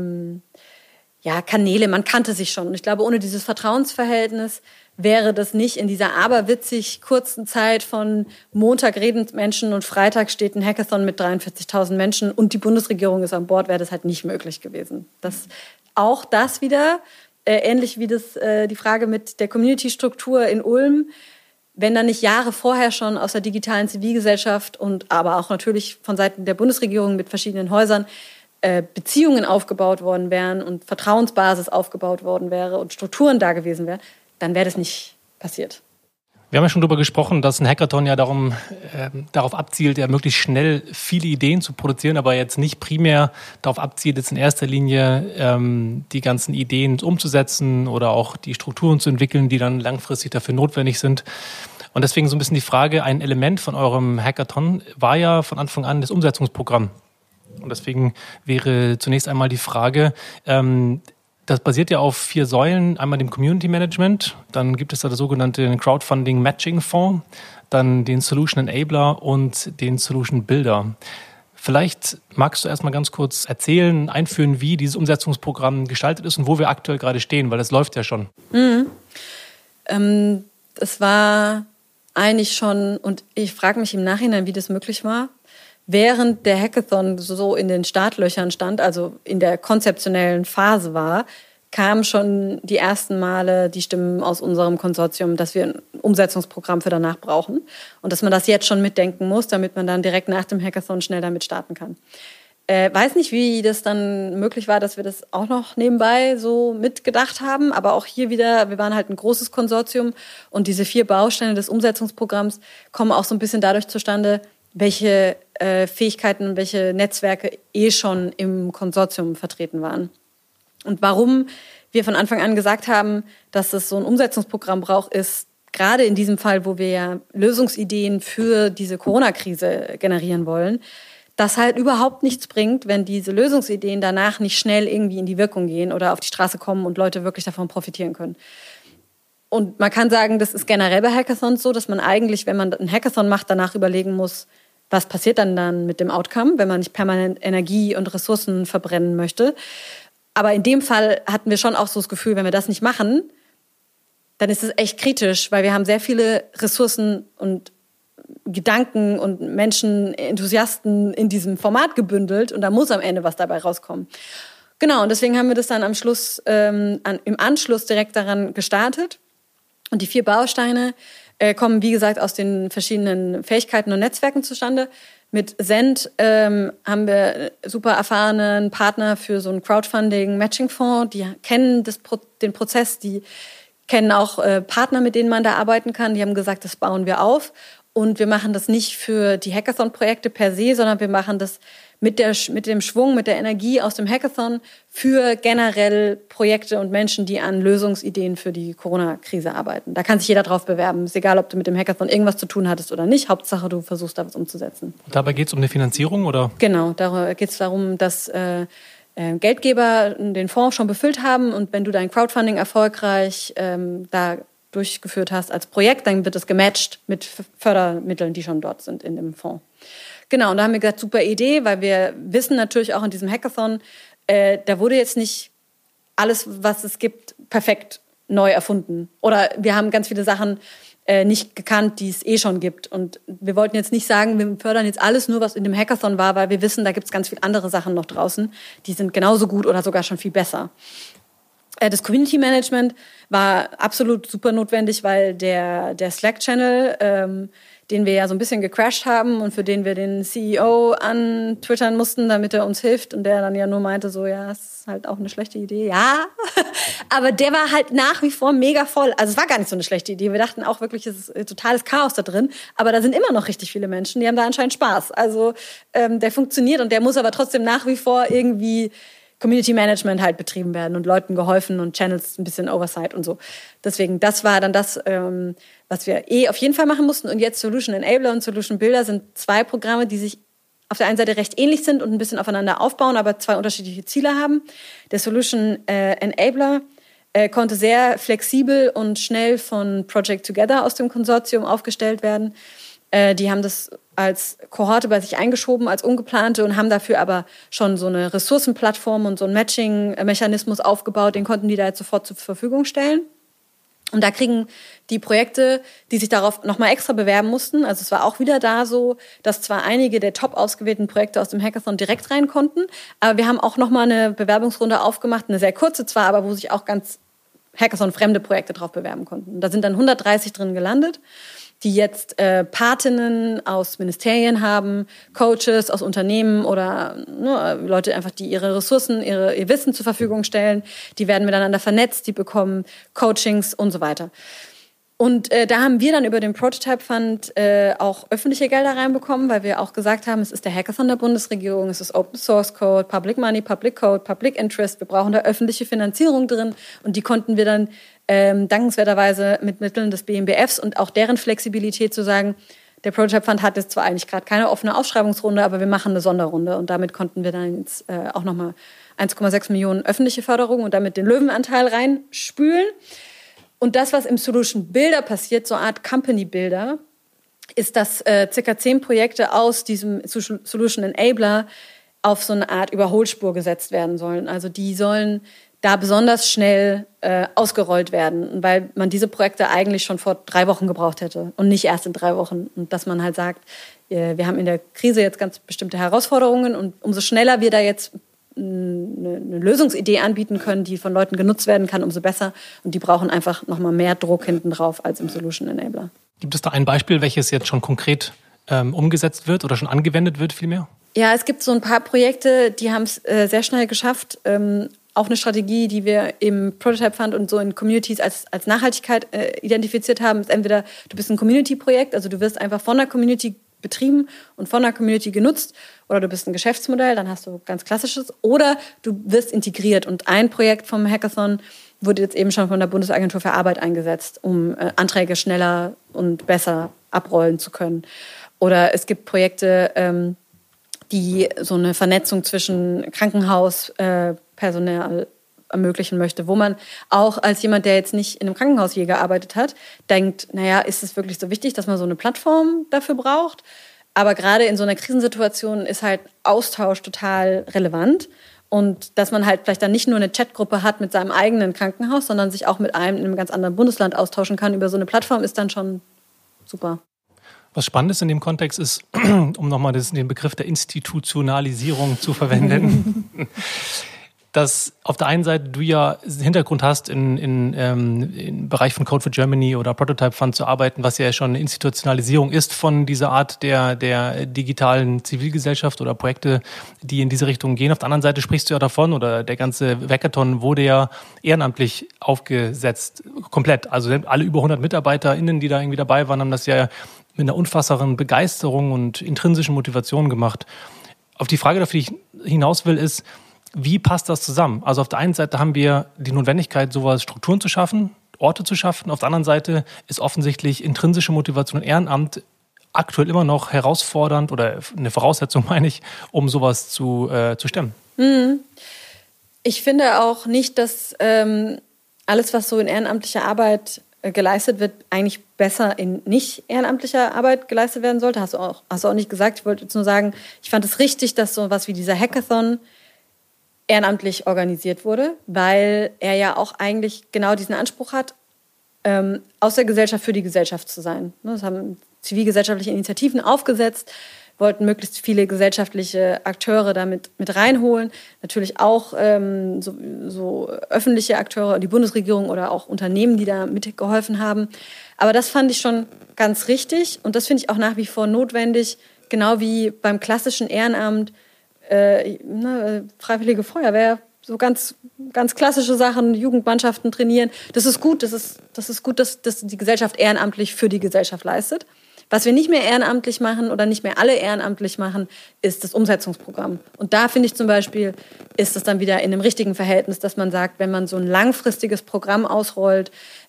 Kanäle, man kannte sich schon. Und ich glaube, ohne dieses Vertrauensverhältnis wäre das nicht in dieser aberwitzig kurzen Zeit von Montag reden Menschen und Freitag steht ein Hackathon mit 43.000 Menschen und die Bundesregierung ist an Bord, wäre das halt nicht möglich gewesen. Das wieder... ähnlich wie die Frage mit der Community-Struktur in Ulm, wenn dann nicht Jahre vorher schon aus der digitalen Zivilgesellschaft und aber auch natürlich von Seiten der Bundesregierung mit verschiedenen Häusern Beziehungen aufgebaut worden wären und Vertrauensbasis aufgebaut worden wäre und Strukturen da gewesen wären, dann wäre das nicht passiert. Wir haben ja schon darüber gesprochen, dass ein Hackathon ja darauf abzielt, ja möglichst schnell viele Ideen zu produzieren, aber jetzt nicht primär darauf abzielt, jetzt in erster Linie die ganzen Ideen umzusetzen oder auch die Strukturen zu entwickeln, die dann langfristig dafür notwendig sind. Und deswegen so ein bisschen die Frage, ein Element von eurem Hackathon war ja von Anfang an das Umsetzungsprogramm. Und deswegen wäre zunächst einmal die Frage, das basiert ja auf 4 Säulen, einmal dem Community Management, dann gibt es da das sogenannte Crowdfunding Matching Fonds, dann den Solution Enabler und den Solution Builder. Vielleicht magst du erstmal ganz kurz erzählen, einführen, wie dieses Umsetzungsprogramm gestaltet ist und wo wir aktuell gerade stehen, weil das läuft ja schon. Es war eigentlich schon, und ich frage mich im Nachhinein, wie das möglich war, während der Hackathon so in den Startlöchern stand, also in der konzeptionellen Phase war, kamen schon die ersten Male die Stimmen aus unserem Konsortium, dass wir ein Umsetzungsprogramm für danach brauchen und dass man das jetzt schon mitdenken muss, damit man dann direkt nach dem Hackathon schnell damit starten kann. Weiß nicht, wie das dann möglich war, dass wir das auch noch nebenbei so mitgedacht haben, aber auch hier wieder, wir waren halt ein großes Konsortium und diese 4 Bausteine des Umsetzungsprogramms kommen auch so ein bisschen dadurch zustande, welche Fähigkeiten, welche Netzwerke schon im Konsortium vertreten waren. Und warum wir von Anfang an gesagt haben, dass es so ein Umsetzungsprogramm braucht, ist gerade in diesem Fall, wo wir ja Lösungsideen für diese Corona-Krise generieren wollen, dass halt überhaupt nichts bringt, wenn diese Lösungsideen danach nicht schnell irgendwie in die Wirkung gehen oder auf die Straße kommen und Leute wirklich davon profitieren können. Und man kann sagen, das ist generell bei Hackathons so, dass man eigentlich, wenn man einen Hackathon macht, danach überlegen muss, was passiert dann mit dem Outcome, wenn man nicht permanent Energie und Ressourcen verbrennen möchte. Aber in dem Fall hatten wir schon auch so das Gefühl, wenn wir das nicht machen, dann ist es echt kritisch, weil wir haben sehr viele Ressourcen und Gedanken und Menschen, Enthusiasten in diesem Format gebündelt und da muss am Ende was dabei rauskommen. Genau, und deswegen haben wir das dann am Schluss, im Anschluss direkt daran gestartet. Und die 4 Bausteine kommen, wie gesagt, aus den verschiedenen Fähigkeiten und Netzwerken zustande. Mit Send haben wir super erfahrenen Partner für so einen Crowdfunding-Matching-Fonds. Die kennen den Prozess, die kennen auch Partner, mit denen man da arbeiten kann. Die haben gesagt, das bauen wir auf. Und wir machen das nicht für die Hackathon-Projekte per se, sondern wir machen das mit dem Schwung, mit der Energie aus dem Hackathon für generell Projekte und Menschen, die an Lösungsideen für die Corona-Krise arbeiten. Da kann sich jeder drauf bewerben. Ist egal, ob du mit dem Hackathon irgendwas zu tun hattest oder nicht. Hauptsache, du versuchst da was umzusetzen. Dabei geht es um eine Finanzierung, oder? Genau, da geht es darum, dass Geldgeber den Fonds schon befüllt haben und wenn du dein Crowdfunding erfolgreich da durchgeführt hast als Projekt, dann wird es gematcht mit Fördermitteln, die schon dort sind in dem Fonds. Genau, und da haben wir gesagt, super Idee, weil wir wissen natürlich auch in diesem Hackathon, da wurde jetzt nicht alles, was es gibt, perfekt neu erfunden. Oder wir haben ganz viele Sachen nicht gekannt, die es schon gibt. Und wir wollten jetzt nicht sagen, wir fördern jetzt alles nur, was in dem Hackathon war, weil wir wissen, da gibt es ganz viele andere Sachen noch draußen, die sind genauso gut oder sogar schon viel besser. Das Community Management war absolut super notwendig, weil der Slack-Channel, den wir ja so ein bisschen gecrashed haben und für den wir den CEO antwittern mussten, damit er uns hilft und der dann ja nur meinte so, ja, das ist halt auch eine schlechte Idee. Ja, aber der war halt nach wie vor mega voll. Also es war gar nicht so eine schlechte Idee. Wir dachten auch wirklich, es ist totales Chaos da drin, aber da sind immer noch richtig viele Menschen, die haben da anscheinend Spaß. Also der funktioniert und der muss aber trotzdem nach wie vor irgendwie Community Management halt betrieben werden und Leuten geholfen und Channels ein bisschen Oversight und so. Deswegen, das war dann das, was wir auf jeden Fall machen mussten. Und jetzt Solution Enabler und Solution Builder sind 2 Programme, die sich auf der einen Seite recht ähnlich sind und ein bisschen aufeinander aufbauen, aber 2 unterschiedliche Ziele haben. Der Solution Enabler konnte sehr flexibel und schnell von Project Together aus dem Konsortium aufgestellt werden. Die haben das als Kohorte bei sich eingeschoben, als ungeplante und haben dafür aber schon so eine Ressourcenplattform und so einen Matching-Mechanismus aufgebaut, den konnten die da jetzt sofort zur Verfügung stellen. Und da kriegen die Projekte, die sich darauf nochmal extra bewerben mussten, also es war auch wieder da so, dass zwar einige der top ausgewählten Projekte aus dem Hackathon direkt rein konnten, aber wir haben auch nochmal eine Bewerbungsrunde aufgemacht, eine sehr kurze zwar, aber wo sich auch ganz Hackathon-fremde Projekte drauf bewerben konnten. Und da sind dann 130 drin gelandet, die jetzt Patinnen aus Ministerien haben, Coaches aus Unternehmen oder Leute einfach, die ihre Ressourcen, ihr Wissen zur Verfügung stellen. Die werden miteinander vernetzt, die bekommen Coachings und so weiter. Und da haben wir dann über den Prototype Fund auch öffentliche Gelder reinbekommen, weil wir auch gesagt haben, es ist der Hackathon der Bundesregierung, es ist Open Source Code, Public Money, Public Code, Public Interest. Wir brauchen da öffentliche Finanzierung drin und die konnten wir dann dankenswerterweise mit Mitteln des BMBFs und auch deren Flexibilität zu sagen, der Prototype Fund hat jetzt zwar eigentlich gerade keine offene Ausschreibungsrunde, aber wir machen eine Sonderrunde und damit konnten wir dann jetzt auch nochmal 1,6 Millionen öffentliche Förderung und damit den Löwenanteil reinspülen. Und das, was im Solution Builder passiert, so eine Art Company Builder, ist, dass circa 10 Projekte aus diesem Solution Enabler auf so eine Art Überholspur gesetzt werden sollen. Also die sollen da besonders schnell ausgerollt werden, weil man diese Projekte eigentlich schon vor 3 Wochen gebraucht hätte und nicht erst in 3 Wochen. Und dass man halt sagt, wir haben in der Krise jetzt ganz bestimmte Herausforderungen und umso schneller wir da jetzt eine Lösungsidee anbieten können, die von Leuten genutzt werden kann, umso besser. Und die brauchen einfach nochmal mehr Druck hinten drauf als im Solution Enabler. Gibt es da ein Beispiel, welches jetzt schon konkret umgesetzt wird oder schon angewendet wird vielmehr? Ja, es gibt so ein paar Projekte, die haben es sehr schnell geschafft. Auch eine Strategie, die wir im Prototype Fund und so in Communities als Nachhaltigkeit identifiziert haben, ist entweder du bist ein Community-Projekt, also du wirst einfach von der Community betrieben und von der Community genutzt, oder du bist ein Geschäftsmodell, dann hast du ganz klassisches, oder du wirst integriert und ein Projekt vom Hackathon wurde jetzt eben schon von der Bundesagentur für Arbeit eingesetzt, um Anträge schneller und besser abrollen zu können. Oder es gibt Projekte, die so eine Vernetzung zwischen Krankenhauspersonal ermöglichen möchte, wo man auch als jemand, der jetzt nicht in einem Krankenhaus je gearbeitet hat, denkt, naja, ist es wirklich so wichtig, dass man so eine Plattform dafür braucht? Aber gerade in so einer Krisensituation ist halt Austausch total relevant. Und dass man halt vielleicht dann nicht nur eine Chatgruppe hat mit seinem eigenen Krankenhaus, sondern sich auch mit einem in einem ganz anderen Bundesland austauschen kann über so eine Plattform, ist dann schon super. Was spannend ist in dem Kontext ist, um nochmal den Begriff der Institutionalisierung zu verwenden, dass auf der einen Seite du ja Hintergrund hast, im Bereich von Code for Germany oder Prototype Fund zu arbeiten, was ja schon eine Institutionalisierung ist von dieser Art der digitalen Zivilgesellschaft oder Projekte, die in diese Richtung gehen. Auf der anderen Seite sprichst du ja davon, oder der ganze Hackathon wurde ja ehrenamtlich aufgesetzt, komplett. Also alle über 100 MitarbeiterInnen, die da irgendwie dabei waren, haben das ja mit einer unfassbaren Begeisterung und intrinsischen Motivation gemacht. Auf die Frage, auf die ich hinaus will, ist, wie passt das zusammen? Also auf der einen Seite haben wir die Notwendigkeit, sowas Strukturen zu schaffen, Orte zu schaffen. Auf der anderen Seite ist offensichtlich intrinsische Motivation und Ehrenamt aktuell immer noch herausfordernd oder eine Voraussetzung, meine ich, um sowas zu stemmen. Ich finde auch nicht, dass alles, was so in ehrenamtlicher Arbeit geleistet wird, eigentlich besser in nicht ehrenamtlicher Arbeit geleistet werden sollte. Hast du auch nicht gesagt. Ich wollte jetzt nur sagen, ich fand es richtig, dass so was wie dieser Hackathon ehrenamtlich organisiert wurde, weil er ja auch eigentlich genau diesen Anspruch hat, aus der Gesellschaft für die Gesellschaft zu sein. Das haben zivilgesellschaftliche Initiativen aufgesetzt, wollten möglichst viele gesellschaftliche Akteure damit mit reinholen. Natürlich auch so öffentliche Akteure, die Bundesregierung oder auch Unternehmen, die da mitgeholfen haben. Aber das fand ich schon ganz richtig und das finde ich auch nach wie vor notwendig, genau wie beim klassischen Ehrenamt, Freiwillige Feuerwehr, so ganz klassische Sachen, Jugendmannschaften trainieren. Das ist gut, das ist gut, dass die Gesellschaft ehrenamtlich für die Gesellschaft leistet. Was wir nicht mehr ehrenamtlich machen oder nicht mehr alle ehrenamtlich machen, ist das Umsetzungsprogramm. Und da finde ich zum Beispiel, ist es dann wieder in einem richtigen Verhältnis, dass man sagt, wenn man so ein langfristiges Programm ausrollt,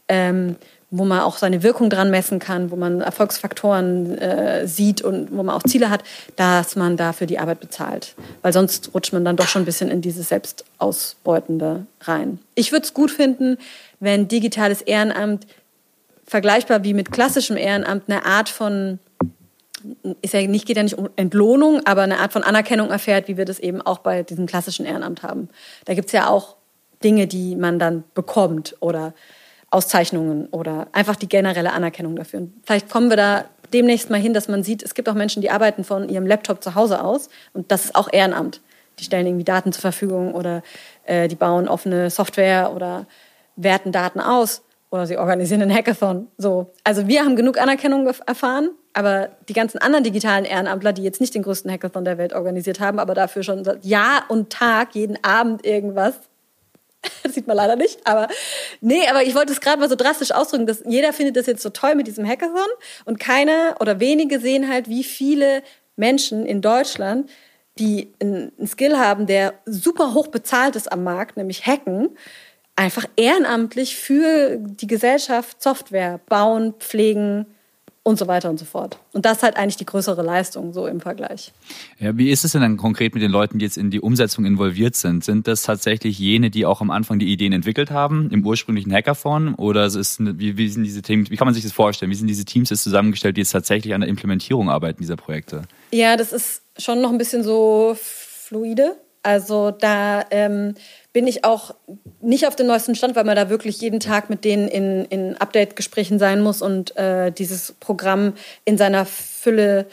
wo man auch seine Wirkung dran messen kann, wo man Erfolgsfaktoren sieht und wo man auch Ziele hat, dass man dafür die Arbeit bezahlt. Weil sonst rutscht man dann doch schon ein bisschen in dieses Selbstausbeutende rein. Ich würde es gut finden, wenn digitales Ehrenamt vergleichbar wie mit klassischem Ehrenamt eine Art von, geht ja nicht um Entlohnung, aber eine Art von Anerkennung erfährt, wie wir das eben auch bei diesem klassischen Ehrenamt haben. Da gibt es ja auch Dinge, die man dann bekommt oder Auszeichnungen oder einfach die generelle Anerkennung dafür. Und vielleicht kommen wir da demnächst mal hin, dass man sieht, es gibt auch Menschen, die arbeiten von ihrem Laptop zu Hause aus und das ist auch Ehrenamt. Die stellen irgendwie Daten zur Verfügung oder die bauen offene Software oder werten Daten aus oder sie organisieren einen Hackathon. So. Also wir haben genug Anerkennung erfahren, aber die ganzen anderen digitalen Ehrenamtler, die jetzt nicht den größten Hackathon der Welt organisiert haben, aber dafür schon seit Jahr und Tag, jeden Abend irgendwas, das sieht man leider nicht, aber ich wollte es gerade mal so drastisch ausdrücken, dass jeder findet das jetzt so toll mit diesem Hackathon und keiner oder wenige sehen halt, wie viele Menschen in Deutschland, die einen Skill haben, der super hoch bezahlt ist am Markt, nämlich Hacken, einfach ehrenamtlich für die Gesellschaft Software bauen, pflegen und so weiter und so fort. Und das ist halt eigentlich die größere Leistung, so im Vergleich. Ja, wie ist es denn dann konkret mit den Leuten, die jetzt in die Umsetzung involviert sind? Sind das tatsächlich jene, die auch am Anfang die Ideen entwickelt haben, im ursprünglichen Hackathon? Oder wie sind diese Themen, wie kann man sich das vorstellen? Wie sind diese Teams jetzt zusammengestellt, die jetzt tatsächlich an der Implementierung arbeiten dieser Projekte? Ja, das ist schon noch ein bisschen so fluide. Also da bin ich auch nicht auf dem neuesten Stand, weil man da wirklich jeden Tag mit denen in Update-Gesprächen sein muss und dieses Programm in seiner Fülle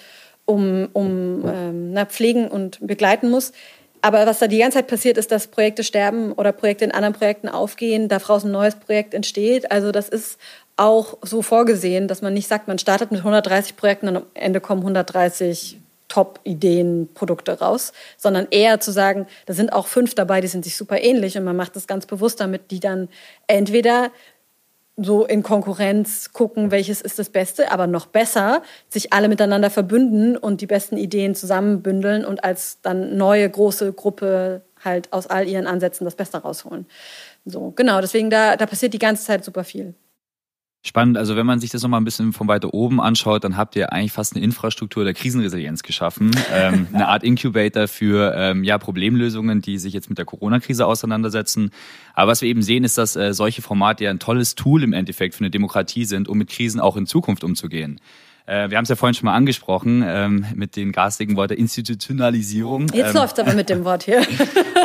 pflegen und begleiten muss. Aber was da die ganze Zeit passiert, ist, dass Projekte sterben oder Projekte in anderen Projekten aufgehen, daraus ein neues Projekt entsteht. Also das ist auch so vorgesehen, dass man nicht sagt, man startet mit 130 Projekten und am Ende kommen 130 Top-Ideen, Produkte raus, sondern eher zu sagen, da sind auch 5 dabei, die sind sich super ähnlich und man macht das ganz bewusst, damit die dann entweder so in Konkurrenz gucken, welches ist das Beste, aber noch besser, sich alle miteinander verbünden und die besten Ideen zusammenbündeln und als dann neue große Gruppe halt aus all ihren Ansätzen das Beste rausholen. So, genau, deswegen da passiert die ganze Zeit super viel. Spannend, also wenn man sich das nochmal ein bisschen von weiter oben anschaut, dann habt ihr eigentlich fast eine Infrastruktur der Krisenresilienz geschaffen. Eine Art Incubator für Problemlösungen, die sich jetzt mit der Corona-Krise auseinandersetzen. Aber was wir eben sehen, ist, dass solche Formate ja ein tolles Tool im Endeffekt für eine Demokratie sind, um mit Krisen auch in Zukunft umzugehen. Wir haben es ja vorhin schon mal angesprochen, mit den garstigen Worten Institutionalisierung. Jetzt läuft es aber mit dem Wort hier.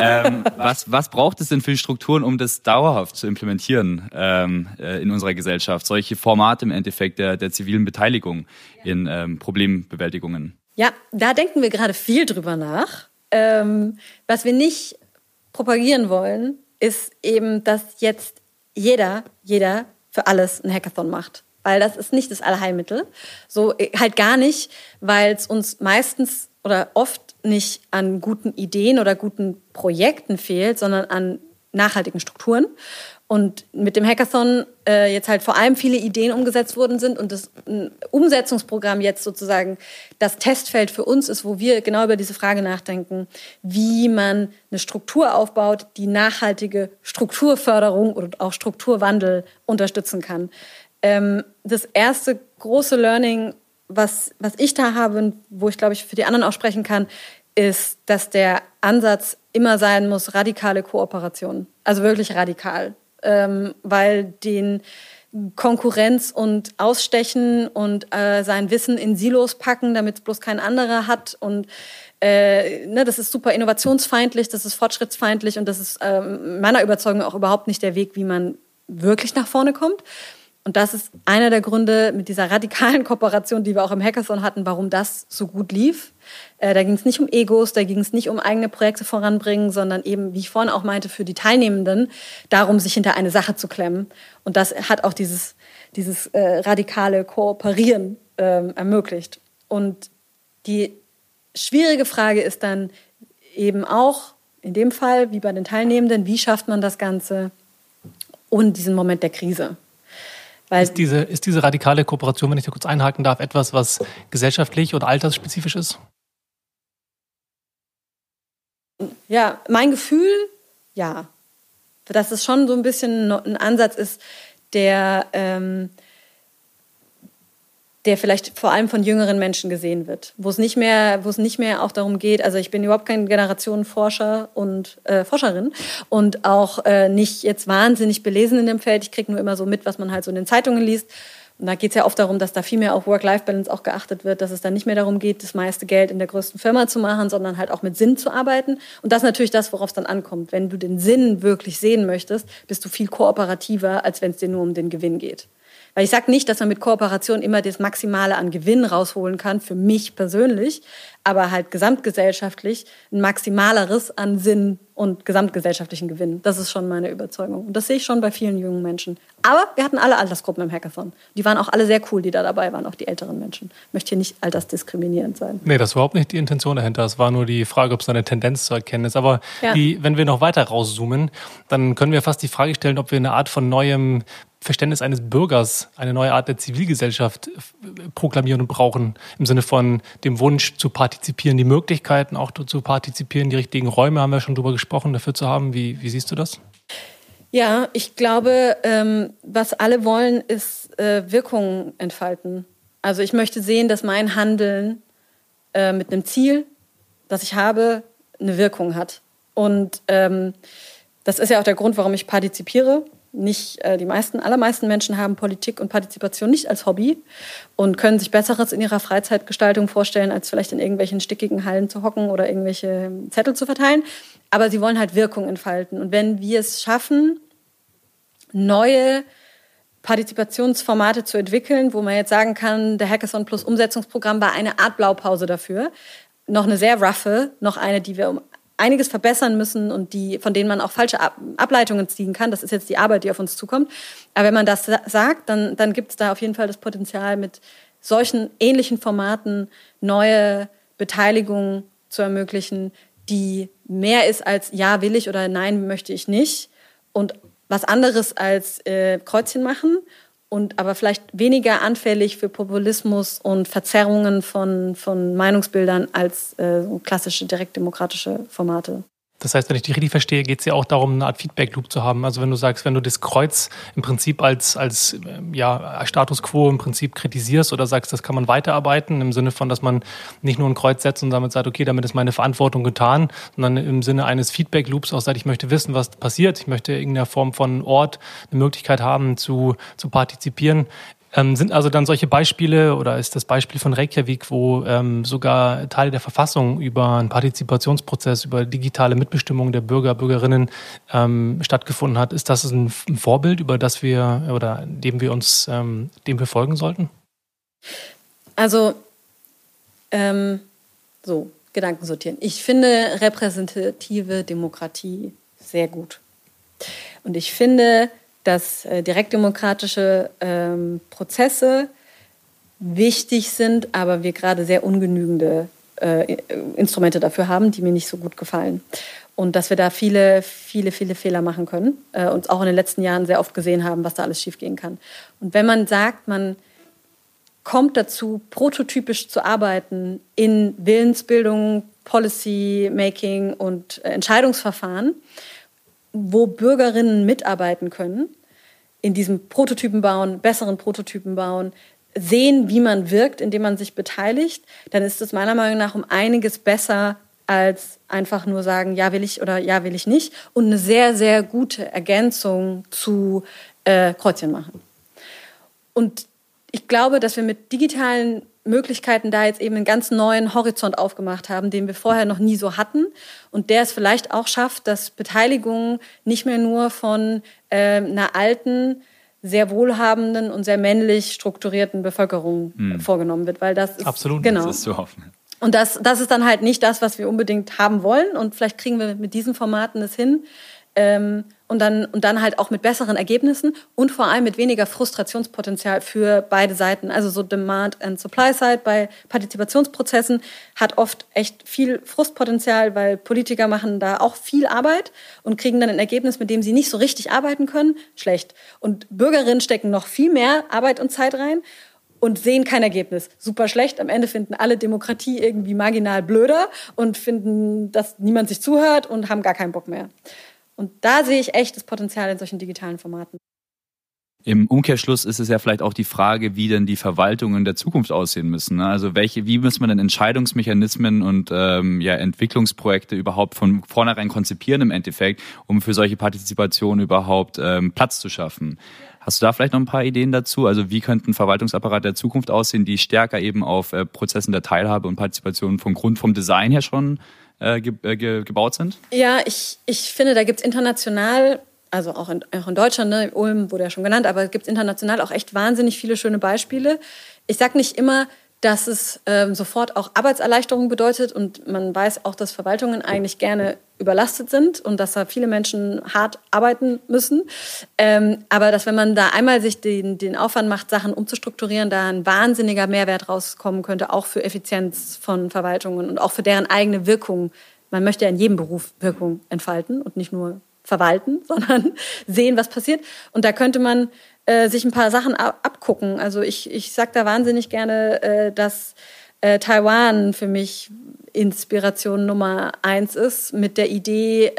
Was braucht es denn für Strukturen, um das dauerhaft zu implementieren in unserer Gesellschaft? Solche Formate im Endeffekt der zivilen Beteiligung in Problembewältigungen. Ja, da denken wir gerade viel drüber nach. Was wir nicht propagieren wollen, ist eben, dass jetzt jeder für alles ein Hackathon macht. Weil das ist nicht das Allheilmittel. So halt gar nicht, weil es uns meistens oder oft nicht an guten Ideen oder guten Projekten fehlt, sondern an nachhaltigen Strukturen. Und mit dem Hackathon jetzt halt vor allem viele Ideen umgesetzt worden sind und das Umsetzungsprogramm jetzt sozusagen das Testfeld für uns ist, wo wir genau über diese Frage nachdenken, wie man eine Struktur aufbaut, die nachhaltige Strukturförderung oder auch Strukturwandel unterstützen kann. Das erste große Learning, was ich da habe und wo ich, glaube ich, für die anderen auch sprechen kann, ist, dass der Ansatz immer sein muss, radikale Kooperation. Also wirklich radikal. Weil den Konkurrenz und Ausstechen und sein Wissen in Silos packen, damit es bloß kein anderer hat. Und das ist super innovationsfeindlich, das ist fortschrittsfeindlich und das ist meiner Überzeugung auch überhaupt nicht der Weg, wie man wirklich nach vorne kommt. Und das ist einer der Gründe mit dieser radikalen Kooperation, die wir auch im Hackathon hatten, warum das so gut lief. Da ging es nicht um Egos, da ging es nicht um eigene Projekte voranbringen, sondern eben, wie ich vorhin auch meinte, für die Teilnehmenden darum, sich hinter eine Sache zu klemmen. Und das hat auch dieses radikale Kooperieren ermöglicht. Und die schwierige Frage ist dann eben auch in dem Fall, wie bei den Teilnehmenden, wie schafft man das Ganze und diesen Moment der Krise? Weil ist diese radikale Kooperation, wenn ich da kurz einhaken darf, etwas, was gesellschaftlich oder altersspezifisch ist? Ja, mein Gefühl, ja. Dass es schon so ein bisschen ein Ansatz ist, der vielleicht vor allem von jüngeren Menschen gesehen wird, wo es nicht mehr auch darum geht, also ich bin überhaupt kein Generationenforscher und Forscherin und auch nicht jetzt wahnsinnig belesen in dem Feld, ich kriege nur immer so mit, was man halt so in den Zeitungen liest. Und da geht es ja oft darum, dass da viel mehr auf Work-Life-Balance auch geachtet wird, dass es dann nicht mehr darum geht, das meiste Geld in der größten Firma zu machen, sondern halt auch mit Sinn zu arbeiten. Und das ist natürlich das, worauf es dann ankommt. Wenn du den Sinn wirklich sehen möchtest, bist du viel kooperativer, als wenn es dir nur um den Gewinn geht. Weil ich sage nicht, dass man mit Kooperation immer das Maximale an Gewinn rausholen kann, für mich persönlich, aber halt gesamtgesellschaftlich ein Maximaleres an Sinn und gesamtgesellschaftlichen Gewinn. Das ist schon meine Überzeugung. Und das sehe ich schon bei vielen jungen Menschen. Aber wir hatten alle Altersgruppen im Hackathon. Die waren auch alle sehr cool, die da dabei waren, auch die älteren Menschen. Ich möchte hier nicht altersdiskriminierend sein. Nee, das war überhaupt nicht die Intention dahinter. Es war nur die Frage, ob es eine Tendenz zu erkennen ist. Aber ja, wenn wir noch weiter rauszoomen, dann können wir fast die Frage stellen, ob wir eine Art von neuem Verständnis eines Bürgers, eine neue Art der Zivilgesellschaft proklamieren und brauchen, im Sinne von dem Wunsch zu partizipieren, die Möglichkeiten auch zu partizipieren, die richtigen Räume, haben wir schon drüber gesprochen, dafür zu haben. Wie siehst du das? Ja, ich glaube, was alle wollen, ist Wirkung entfalten. Also ich möchte sehen, dass mein Handeln mit einem Ziel, das ich habe, eine Wirkung hat. Und das ist ja auch der Grund, warum ich partizipiere. Nicht allermeisten Menschen haben Politik und Partizipation nicht als Hobby und können sich Besseres in ihrer Freizeitgestaltung vorstellen, als vielleicht in irgendwelchen stickigen Hallen zu hocken oder irgendwelche Zettel zu verteilen. Aber sie wollen halt Wirkung entfalten. Und wenn wir es schaffen, neue Partizipationsformate zu entwickeln, wo man jetzt sagen kann, der Hackathon plus Umsetzungsprogramm war eine Art Blaupause dafür, noch eine sehr roughe, noch eine, die wir um einiges verbessern müssen und von denen man auch falsche Ableitungen ziehen kann. Das ist jetzt die Arbeit, die auf uns zukommt. Aber wenn man das sagt, dann gibt es da auf jeden Fall das Potenzial, mit solchen ähnlichen Formaten neue Beteiligung zu ermöglichen, die mehr ist als ja will ich oder nein möchte ich nicht und was anderes als Kreuzchen machen und aber vielleicht weniger anfällig für Populismus und Verzerrungen von Meinungsbildern als klassische direktdemokratische Formate. Das heißt, wenn ich dich richtig verstehe, geht es ja auch darum, eine Art Feedback-Loop zu haben. Also wenn du sagst, wenn du das Kreuz im Prinzip als Status Quo im Prinzip kritisierst oder sagst, das kann man weiterarbeiten, im Sinne von, dass man nicht nur ein Kreuz setzt und damit sagt, okay, damit ist meine Verantwortung getan, sondern im Sinne eines Feedback-Loops auch sagt, ich möchte wissen, was passiert, ich möchte in irgendeiner Form von Ort eine Möglichkeit haben, zu partizipieren. Sind also dann solche Beispiele oder ist das Beispiel von Reykjavik, wo sogar Teile der Verfassung über einen Partizipationsprozess, über digitale Mitbestimmung der Bürger, Bürgerinnen stattgefunden hat, ist das ein Vorbild, über das wir oder dem wir folgen sollten? Also Gedanken sortieren. Ich finde repräsentative Demokratie sehr gut. Und ich finde, dass direktdemokratische Prozesse wichtig sind, aber wir gerade sehr ungenügende Instrumente dafür haben, die mir nicht so gut gefallen. Und dass wir da viele Fehler machen können und auch in den letzten Jahren sehr oft gesehen haben, was da alles schiefgehen kann. Und wenn man sagt, man kommt dazu, prototypisch zu arbeiten in Willensbildung, Policy-Making und Entscheidungsverfahren, wo Bürgerinnen mitarbeiten können, in diesem Prototypen bauen, besseren Prototypen bauen, sehen, wie man wirkt, indem man sich beteiligt, dann ist es meiner Meinung nach um einiges besser, als einfach nur sagen, ja will ich oder ja will ich nicht, und eine sehr, sehr gute Ergänzung zu Kreuzchen machen. Und ich glaube, dass wir mit digitalen Möglichkeiten da jetzt eben einen ganz neuen Horizont aufgemacht haben, den wir vorher noch nie so hatten und der es vielleicht auch schafft, dass Beteiligung nicht mehr nur von einer alten, sehr wohlhabenden und sehr männlich strukturierten Bevölkerung vorgenommen wird, weil das ist absolut, genau. Das ist so offen. Und das ist dann halt nicht das, was wir unbedingt haben wollen, und vielleicht kriegen wir mit diesen Formaten es hin, und dann halt auch mit besseren Ergebnissen und vor allem mit weniger Frustrationspotenzial für beide Seiten. Also so Demand and Supply Side bei Partizipationsprozessen hat oft echt viel Frustpotenzial, weil Politiker machen da auch viel Arbeit und kriegen dann ein Ergebnis, mit dem sie nicht so richtig arbeiten können, schlecht. Und Bürgerinnen stecken noch viel mehr Arbeit und Zeit rein und sehen kein Ergebnis. Super schlecht. Am Ende finden alle Demokratie irgendwie marginal blöder und finden, dass niemand sich zuhört und haben gar keinen Bock mehr. Und da sehe ich echt das Potenzial in solchen digitalen Formaten. Im Umkehrschluss ist es ja vielleicht auch die Frage, wie denn die Verwaltungen der Zukunft aussehen müssen. Also wie muss man denn Entscheidungsmechanismen und Entwicklungsprojekte überhaupt von vornherein konzipieren im Endeffekt, um für solche Partizipation überhaupt Platz zu schaffen? Hast du da vielleicht noch ein paar Ideen dazu? Also wie könnte ein Verwaltungsapparat der Zukunft aussehen, die stärker eben auf Prozessen der Teilhabe und Partizipation vom Design her schon gebaut sind? Ja, ich finde, da gibt es international, also auch in Deutschland, ne, Ulm wurde ja schon genannt, aber es gibt international auch echt wahnsinnig viele schöne Beispiele. Ich sage nicht immer, dass es sofort auch Arbeitserleichterung bedeutet, und man weiß auch, dass Verwaltungen eigentlich gerne überlastet sind und dass da viele Menschen hart arbeiten müssen. Aber dass, wenn man da einmal sich den Aufwand macht, Sachen umzustrukturieren, da ein wahnsinniger Mehrwert rauskommen könnte, auch für Effizienz von Verwaltungen und auch für deren eigene Wirkung. Man möchte ja in jedem Beruf Wirkung entfalten und nicht nur verwalten, sondern sehen, was passiert. Und da könnte man sich ein paar Sachen abgucken. Also ich sage da wahnsinnig gerne, dass Taiwan für mich Inspiration Nummer 1 ist, mit der Idee,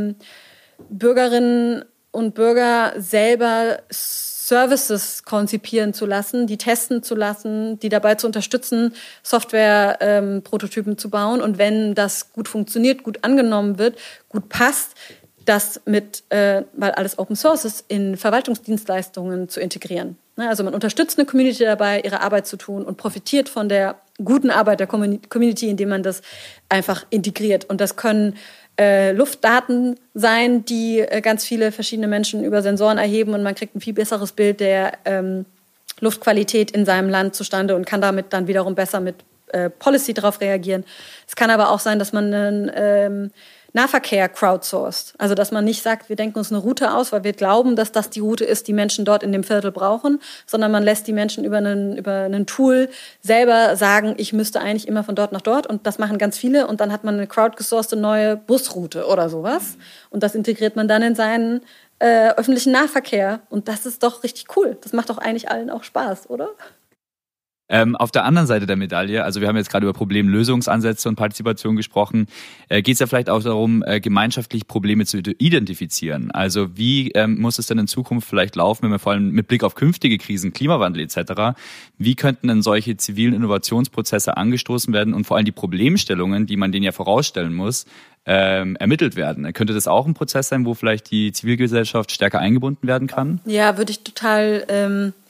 Bürgerinnen und Bürger selber Services konzipieren zu lassen, die testen zu lassen, die dabei zu unterstützen, Software-Prototypen zu bauen. Und wenn das gut funktioniert, gut angenommen wird, gut passt, das weil alles Open Source ist, in Verwaltungsdienstleistungen zu integrieren. Also man unterstützt eine Community dabei, ihre Arbeit zu tun und profitiert von der guten Arbeit der Community, indem man das einfach integriert. Und das können Luftdaten sein, die ganz viele verschiedene Menschen über Sensoren erheben, und man kriegt ein viel besseres Bild der Luftqualität in seinem Land zustande und kann damit dann wiederum besser mit Policy darauf reagieren. Es kann aber auch sein, dass man einen Nahverkehr crowdsourced. Also dass man nicht sagt, wir denken uns eine Route aus, weil wir glauben, dass das die Route ist, die Menschen dort in dem Viertel brauchen, sondern man lässt die Menschen über einen Tool selber sagen, ich müsste eigentlich immer von dort nach dort, und das machen ganz viele, und dann hat man eine crowdgesourcete neue Busroute oder sowas, und das integriert man dann in seinen öffentlichen Nahverkehr, und das ist doch richtig cool. Das macht doch eigentlich allen auch Spaß, oder? Auf der anderen Seite der Medaille, also wir haben jetzt gerade über Problemlösungsansätze und Partizipation gesprochen, geht es ja vielleicht auch darum, gemeinschaftlich Probleme zu identifizieren. Also wie muss es denn in Zukunft vielleicht laufen, wenn wir vor allem mit Blick auf künftige Krisen, Klimawandel etc., wie könnten denn solche zivilen Innovationsprozesse angestoßen werden und vor allem die Problemstellungen, die man denen ja vorausstellen muss, ermittelt werden? Könnte das auch ein Prozess sein, wo vielleicht die Zivilgesellschaft stärker eingebunden werden kann? Ja, würde ich total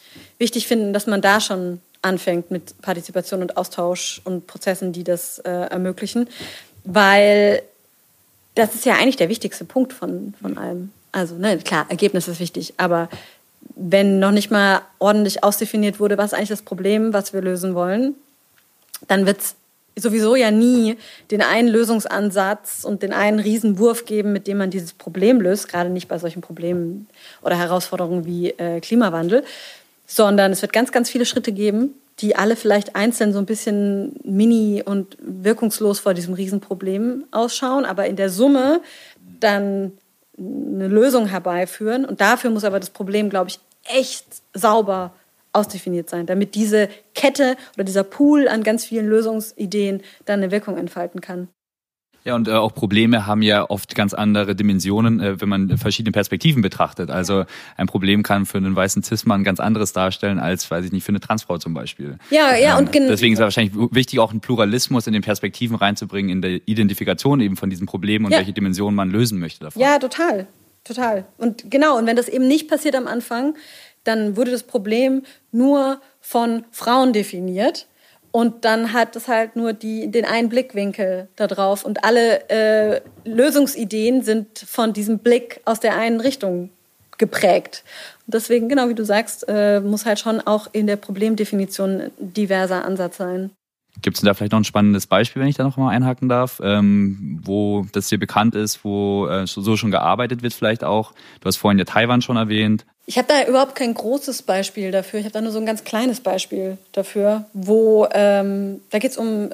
wichtig finden, dass man da schon anfängt mit Partizipation und Austausch und Prozessen, die das ermöglichen. Weil das ist ja eigentlich der wichtigste Punkt von allem. Also klar, Ergebnis ist wichtig, aber wenn noch nicht mal ordentlich ausdefiniert wurde, was ist eigentlich das Problem, was wir lösen wollen, dann wird es sowieso ja nie den einen Lösungsansatz und den einen Riesenwurf geben, mit dem man dieses Problem löst, gerade nicht bei solchen Problemen oder Herausforderungen wie Klimawandel, sondern es wird ganz, ganz viele Schritte geben, die alle vielleicht einzeln so ein bisschen mini und wirkungslos vor diesem Riesenproblem ausschauen, aber in der Summe dann eine Lösung herbeiführen. Und dafür muss aber das Problem, glaube ich, echt sauber ausdefiniert sein, damit diese Kette oder dieser Pool an ganz vielen Lösungsideen dann eine Wirkung entfalten kann. Ja, und auch Probleme haben ja oft ganz andere Dimensionen, wenn man verschiedene Perspektiven betrachtet. Also ein Problem kann für einen weißen Cis-Mann ganz anderes darstellen als, weiß ich nicht, für eine Transfrau zum Beispiel. Ja, und deswegen ist es wahrscheinlich wichtig, auch einen Pluralismus in den Perspektiven reinzubringen, in der Identifikation eben von diesen Problemen und welche Dimensionen man lösen möchte davon. Ja, total. Und genau, und wenn das eben nicht passiert am Anfang, dann wurde das Problem nur von Frauen definiert. Und dann hat es halt nur den einen Blickwinkel da drauf. Und alle Lösungsideen sind von diesem Blick aus der einen Richtung geprägt. Und deswegen, genau wie du sagst, muss halt schon auch in der Problemdefinition ein diverser Ansatz sein. Gibt es da vielleicht noch ein spannendes Beispiel, wenn ich da noch mal einhaken darf, wo das hier bekannt ist, wo so schon gearbeitet wird vielleicht auch? Du hast vorhin ja Taiwan schon erwähnt. Ich habe da überhaupt kein großes Beispiel dafür. Ich habe da nur so ein ganz kleines Beispiel dafür, wo da geht es um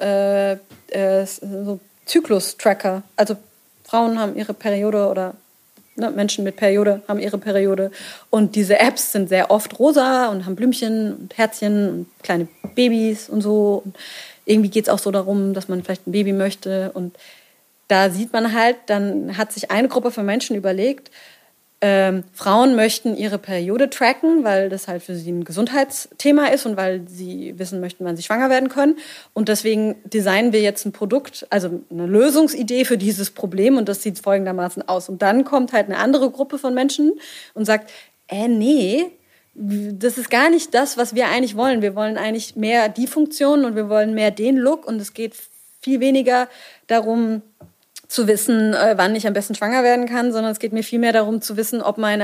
so Zyklus-Tracker. Also Frauen haben ihre Periode oder Menschen mit Periode haben ihre Periode. Und diese Apps sind sehr oft rosa und haben Blümchen und Herzchen und kleine Babys und so. Und irgendwie geht es auch so darum, dass man vielleicht ein Baby möchte. Und da sieht man halt, dann hat sich eine Gruppe von Menschen überlegt, Frauen möchten ihre Periode tracken, weil das halt für sie ein Gesundheitsthema ist und weil sie wissen möchten, wann sie schwanger werden können. Und deswegen designen wir jetzt ein Produkt, also eine Lösungsidee für dieses Problem und das sieht folgendermaßen aus. Und dann kommt halt eine andere Gruppe von Menschen und sagt, nee, das ist gar nicht das, was wir eigentlich wollen. Wir wollen eigentlich mehr die Funktion und wir wollen mehr den Look und es geht viel weniger darum, zu wissen, wann ich am besten schwanger werden kann, sondern es geht mir viel mehr darum zu wissen, ob meine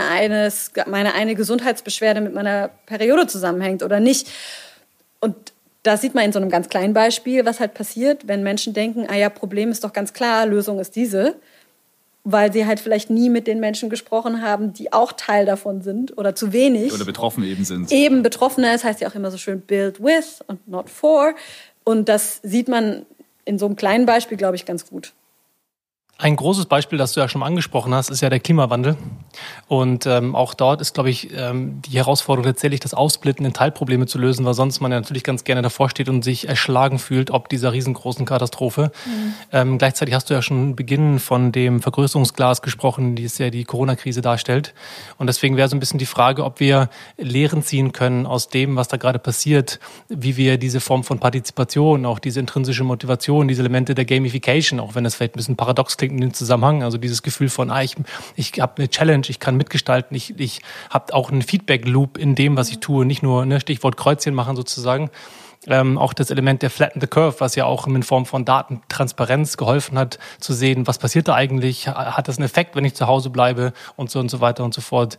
eine Gesundheitsbeschwerde mit meiner Periode zusammenhängt oder nicht. Und da sieht man in so einem ganz kleinen Beispiel, was halt passiert, wenn Menschen denken, Problem ist doch ganz klar, Lösung ist diese, weil sie halt vielleicht nie mit den Menschen gesprochen haben, die auch Teil davon sind oder zu wenig. Oder betroffen eben sind. Eben Betroffene, das heißt ja auch immer so schön build with und not for. Und das sieht man in so einem kleinen Beispiel, glaube ich, ganz gut. Ein großes Beispiel, das du ja schon mal angesprochen hast, ist ja der Klimawandel. Und auch dort ist, glaube ich, die Herausforderung tatsächlich, das Ausblitten in Teilprobleme zu lösen, weil sonst man ja natürlich ganz gerne davor steht und sich erschlagen fühlt, ob dieser riesengroßen Katastrophe. Gleichzeitig hast du ja schon Beginn von dem Vergrößerungsglas gesprochen, die es ja die Corona-Krise darstellt. Und deswegen wäre so ein bisschen die Frage, ob wir Lehren ziehen können aus dem, was da gerade passiert, wie wir diese Form von Partizipation, auch diese intrinsische Motivation, diese Elemente der Gamification, auch wenn das vielleicht ein bisschen paradox klingt in dem Zusammenhang, also dieses Gefühl von, ich habe eine Challenge, ich kann mitgestalten, ich habe auch einen Feedback-Loop in dem, was ich tue, nicht nur Stichwort Kreuzchen machen sozusagen. Auch das Element der Flatten the Curve, was ja auch in Form von Datentransparenz geholfen hat, zu sehen, was passiert da eigentlich, hat das einen Effekt, wenn ich zu Hause bleibe und so weiter und so fort.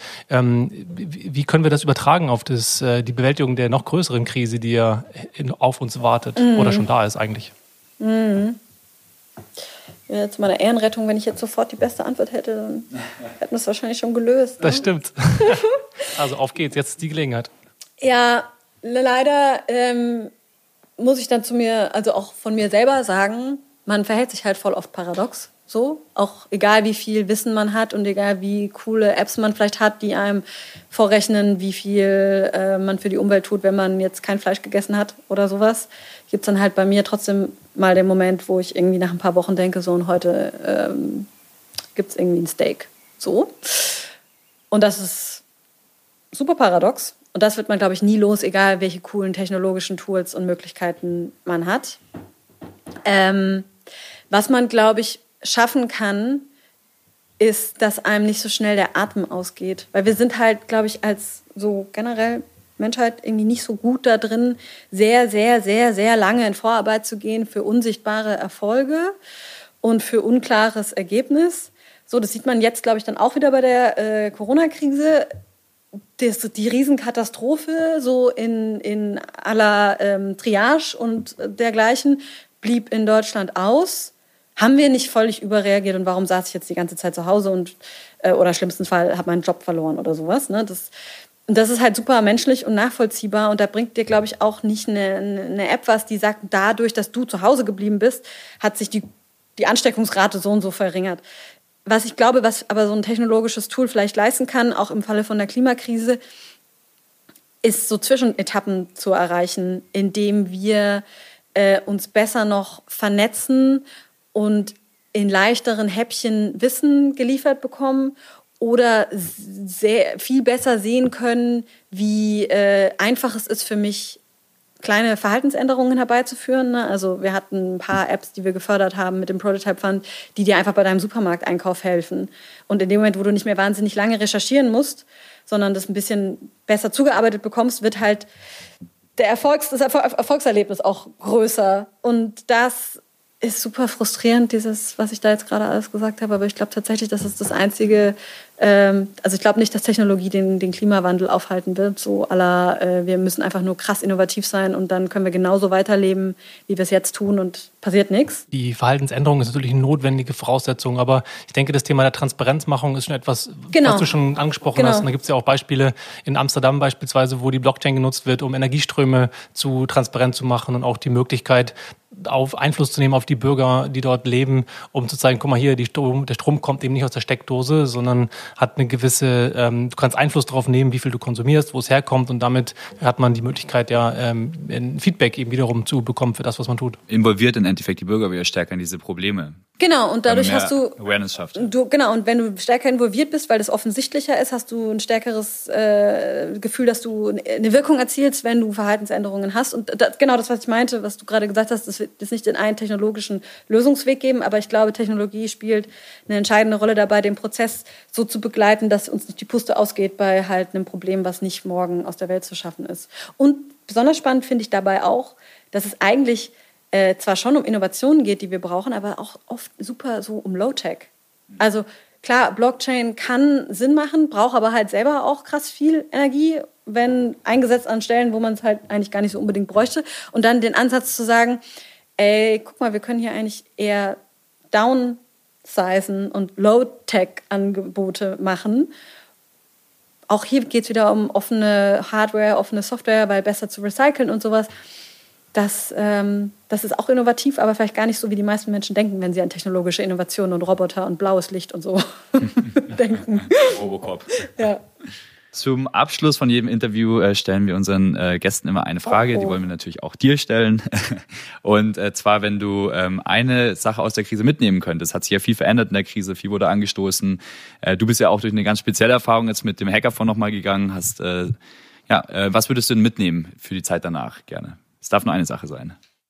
Wie können wir das übertragen auf die Bewältigung der noch größeren Krise, die ja auf uns wartet oder schon da ist eigentlich? Ja, zu meiner Ehrenrettung, wenn ich jetzt sofort die beste Antwort hätte, dann hätten wir es wahrscheinlich schon gelöst. Das stimmt. Also auf geht's, jetzt ist die Gelegenheit. Ja, leider muss ich dann also auch von mir selber sagen, man verhält sich halt voll oft paradox. So, auch egal wie viel Wissen man hat und egal wie coole Apps man vielleicht hat, die einem vorrechnen, wie viel man für die Umwelt tut, wenn man jetzt kein Fleisch gegessen hat oder sowas, gibt es dann halt bei mir trotzdem mal den Moment, wo ich irgendwie nach ein paar Wochen denke, so und heute gibt es irgendwie ein Steak. So. Und das ist super paradox. Und das wird man, glaube ich, nie los, egal welche coolen technologischen Tools und Möglichkeiten man hat. Was man, glaube ich, schaffen kann, ist, dass einem nicht so schnell der Atem ausgeht. Weil wir sind halt, glaube ich, als so generell Menschheit irgendwie nicht so gut da drin, sehr, sehr, sehr, sehr lange in Vorarbeit zu gehen für unsichtbare Erfolge und für unklares Ergebnis. So, das sieht man jetzt, glaube ich, dann auch wieder bei der Corona-Krise. Die Riesenkatastrophe so in aller Triage und dergleichen blieb in Deutschland aus. Haben wir nicht völlig überreagiert und warum saß ich jetzt die ganze Zeit zu Hause und oder im schlimmsten Fall habe meinen Job verloren oder sowas. Ne? Das ist halt super menschlich und nachvollziehbar und da bringt dir, glaube ich, auch nicht eine App was, die sagt, dadurch, dass du zu Hause geblieben bist, hat sich die Ansteckungsrate so und so verringert. Was ich glaube, was aber so ein technologisches Tool vielleicht leisten kann, auch im Falle von der Klimakrise, ist so Zwischenetappen zu erreichen, indem wir uns besser noch vernetzen und in leichteren Häppchen Wissen geliefert bekommen oder viel besser sehen können, wie einfach es ist für mich, kleine Verhaltensänderungen herbeizuführen. Ne? Also wir hatten ein paar Apps, die wir gefördert haben mit dem Prototype Fund, die dir einfach bei deinem Supermarkteinkauf helfen. Und in dem Moment, wo du nicht mehr wahnsinnig lange recherchieren musst, sondern das ein bisschen besser zugearbeitet bekommst, wird halt das Erfolgserlebnis auch größer. Und das ist super frustrierend, was ich da jetzt gerade alles gesagt habe. Aber ich glaube tatsächlich, das ist das Einzige. Also ich glaube nicht, dass Technologie den Klimawandel aufhalten wird. So wir müssen einfach nur krass innovativ sein und dann können wir genauso weiterleben, wie wir es jetzt tun und passiert nichts. Die Verhaltensänderung ist natürlich eine notwendige Voraussetzung, aber ich denke, das Thema der Transparenzmachung ist schon etwas, was du schon angesprochen hast. Und da gibt es ja auch Beispiele in Amsterdam beispielsweise, wo die Blockchain genutzt wird, um Energieströme transparent zu machen und auch die Möglichkeit, auf Einfluss zu nehmen auf die Bürger, die dort leben, um zu zeigen, guck mal hier, der Strom kommt eben nicht aus der Steckdose, sondern hat eine gewisse, du kannst Einfluss darauf nehmen, wie viel du konsumierst, wo es herkommt und damit hat man die Möglichkeit, ein Feedback eben wiederum zu bekommen für das, was man tut. Involviert im Endeffekt die Bürger wieder stärker in diese Probleme. Genau, und dadurch hast du Awareness schafft. Genau, und wenn du stärker involviert bist, weil das offensichtlicher ist, hast du ein stärkeres Gefühl, dass du eine Wirkung erzielst, wenn du Verhaltensänderungen hast. Und genau das, was ich meinte, was du gerade gesagt hast, das wird jetzt nicht den einen technologischen Lösungsweg geben, aber ich glaube, Technologie spielt eine entscheidende Rolle dabei, den Prozess so zu begleiten, dass uns nicht die Puste ausgeht bei halt einem Problem, was nicht morgen aus der Welt zu schaffen ist. Und besonders spannend finde ich dabei auch, dass es eigentlich zwar schon um Innovationen geht, die wir brauchen, aber auch oft super so um Low-Tech. Also klar, Blockchain kann Sinn machen, braucht aber halt selber auch krass viel Energie, wenn eingesetzt an Stellen, wo man es halt eigentlich gar nicht so unbedingt bräuchte. Und dann den Ansatz zu sagen, ey, guck mal, wir können hier eigentlich eher downsizen und Low-Tech-Angebote machen. Auch hier geht es wieder um offene Hardware, offene Software, weil besser zu recyceln und sowas. Das ist auch innovativ, aber vielleicht gar nicht so, wie die meisten Menschen denken, wenn sie an technologische Innovationen und Roboter und blaues Licht und so denken. Robocop. Ja. Zum Abschluss von jedem Interview stellen wir unseren Gästen immer eine Frage, die wollen wir natürlich auch dir stellen. Und zwar, wenn du eine Sache aus der Krise mitnehmen könntest, hat sich ja viel verändert in der Krise, viel wurde angestoßen. Du bist ja auch durch eine ganz spezielle Erfahrung jetzt mit dem Hackathon nochmal gegangen. Was würdest du denn mitnehmen für die Zeit danach gerne? Es darf nur eine Sache sein.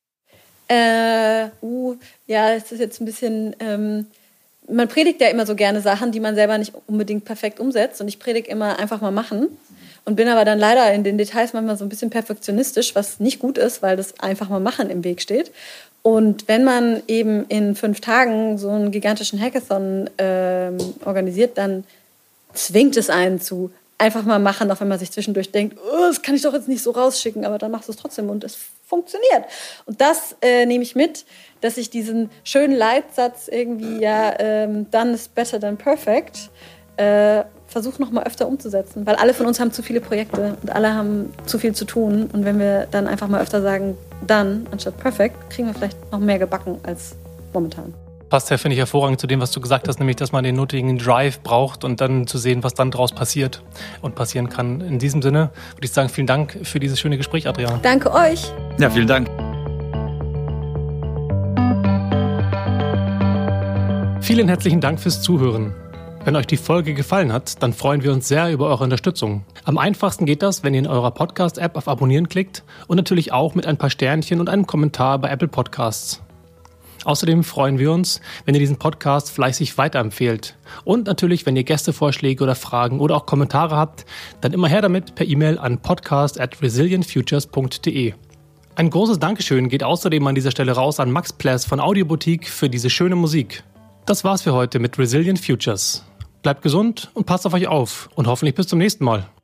Ja, es ist jetzt ein bisschen... man predigt ja immer so gerne Sachen, die man selber nicht unbedingt perfekt umsetzt. Und ich predige immer einfach mal machen. Und bin aber dann leider in den Details manchmal so ein bisschen perfektionistisch, was nicht gut ist, weil das einfach mal machen im Weg steht. Und wenn man eben in 5 Tagen so einen gigantischen Hackathon organisiert, dann zwingt es einen zu einfach mal machen, auch wenn man sich zwischendurch denkt, das kann ich doch jetzt nicht so rausschicken, aber dann machst du es trotzdem und es funktioniert. Und das nehme ich mit, dass ich diesen schönen Leitsatz irgendwie, done is better than perfect, versuche noch mal öfter umzusetzen. Weil alle von uns haben zu viele Projekte und alle haben zu viel zu tun. Und wenn wir dann einfach mal öfter sagen, done anstatt perfect, kriegen wir vielleicht noch mehr gebacken als momentan. Passt ja, finde ich, hervorragend zu dem, was du gesagt hast, nämlich, dass man den nötigen Drive braucht und dann zu sehen, was dann daraus passiert und passieren kann. In diesem Sinne würde ich sagen, vielen Dank für dieses schöne Gespräch, Adrian. Danke euch. Ja, vielen Dank. Vielen herzlichen Dank fürs Zuhören. Wenn euch die Folge gefallen hat, dann freuen wir uns sehr über eure Unterstützung. Am einfachsten geht das, wenn ihr in eurer Podcast-App auf Abonnieren klickt und natürlich auch mit ein paar Sternchen und einem Kommentar bei Apple Podcasts. Außerdem freuen wir uns, wenn ihr diesen Podcast fleißig weiterempfehlt. Und natürlich, wenn ihr Gästevorschläge oder Fragen oder auch Kommentare habt, dann immer her damit per E-Mail an podcast@resilientfutures.de. Ein großes Dankeschön geht außerdem an dieser Stelle raus an Max Pless von Audioboutique für diese schöne Musik. Das war's für heute mit Resilient Futures. Bleibt gesund und passt auf euch auf und hoffentlich bis zum nächsten Mal.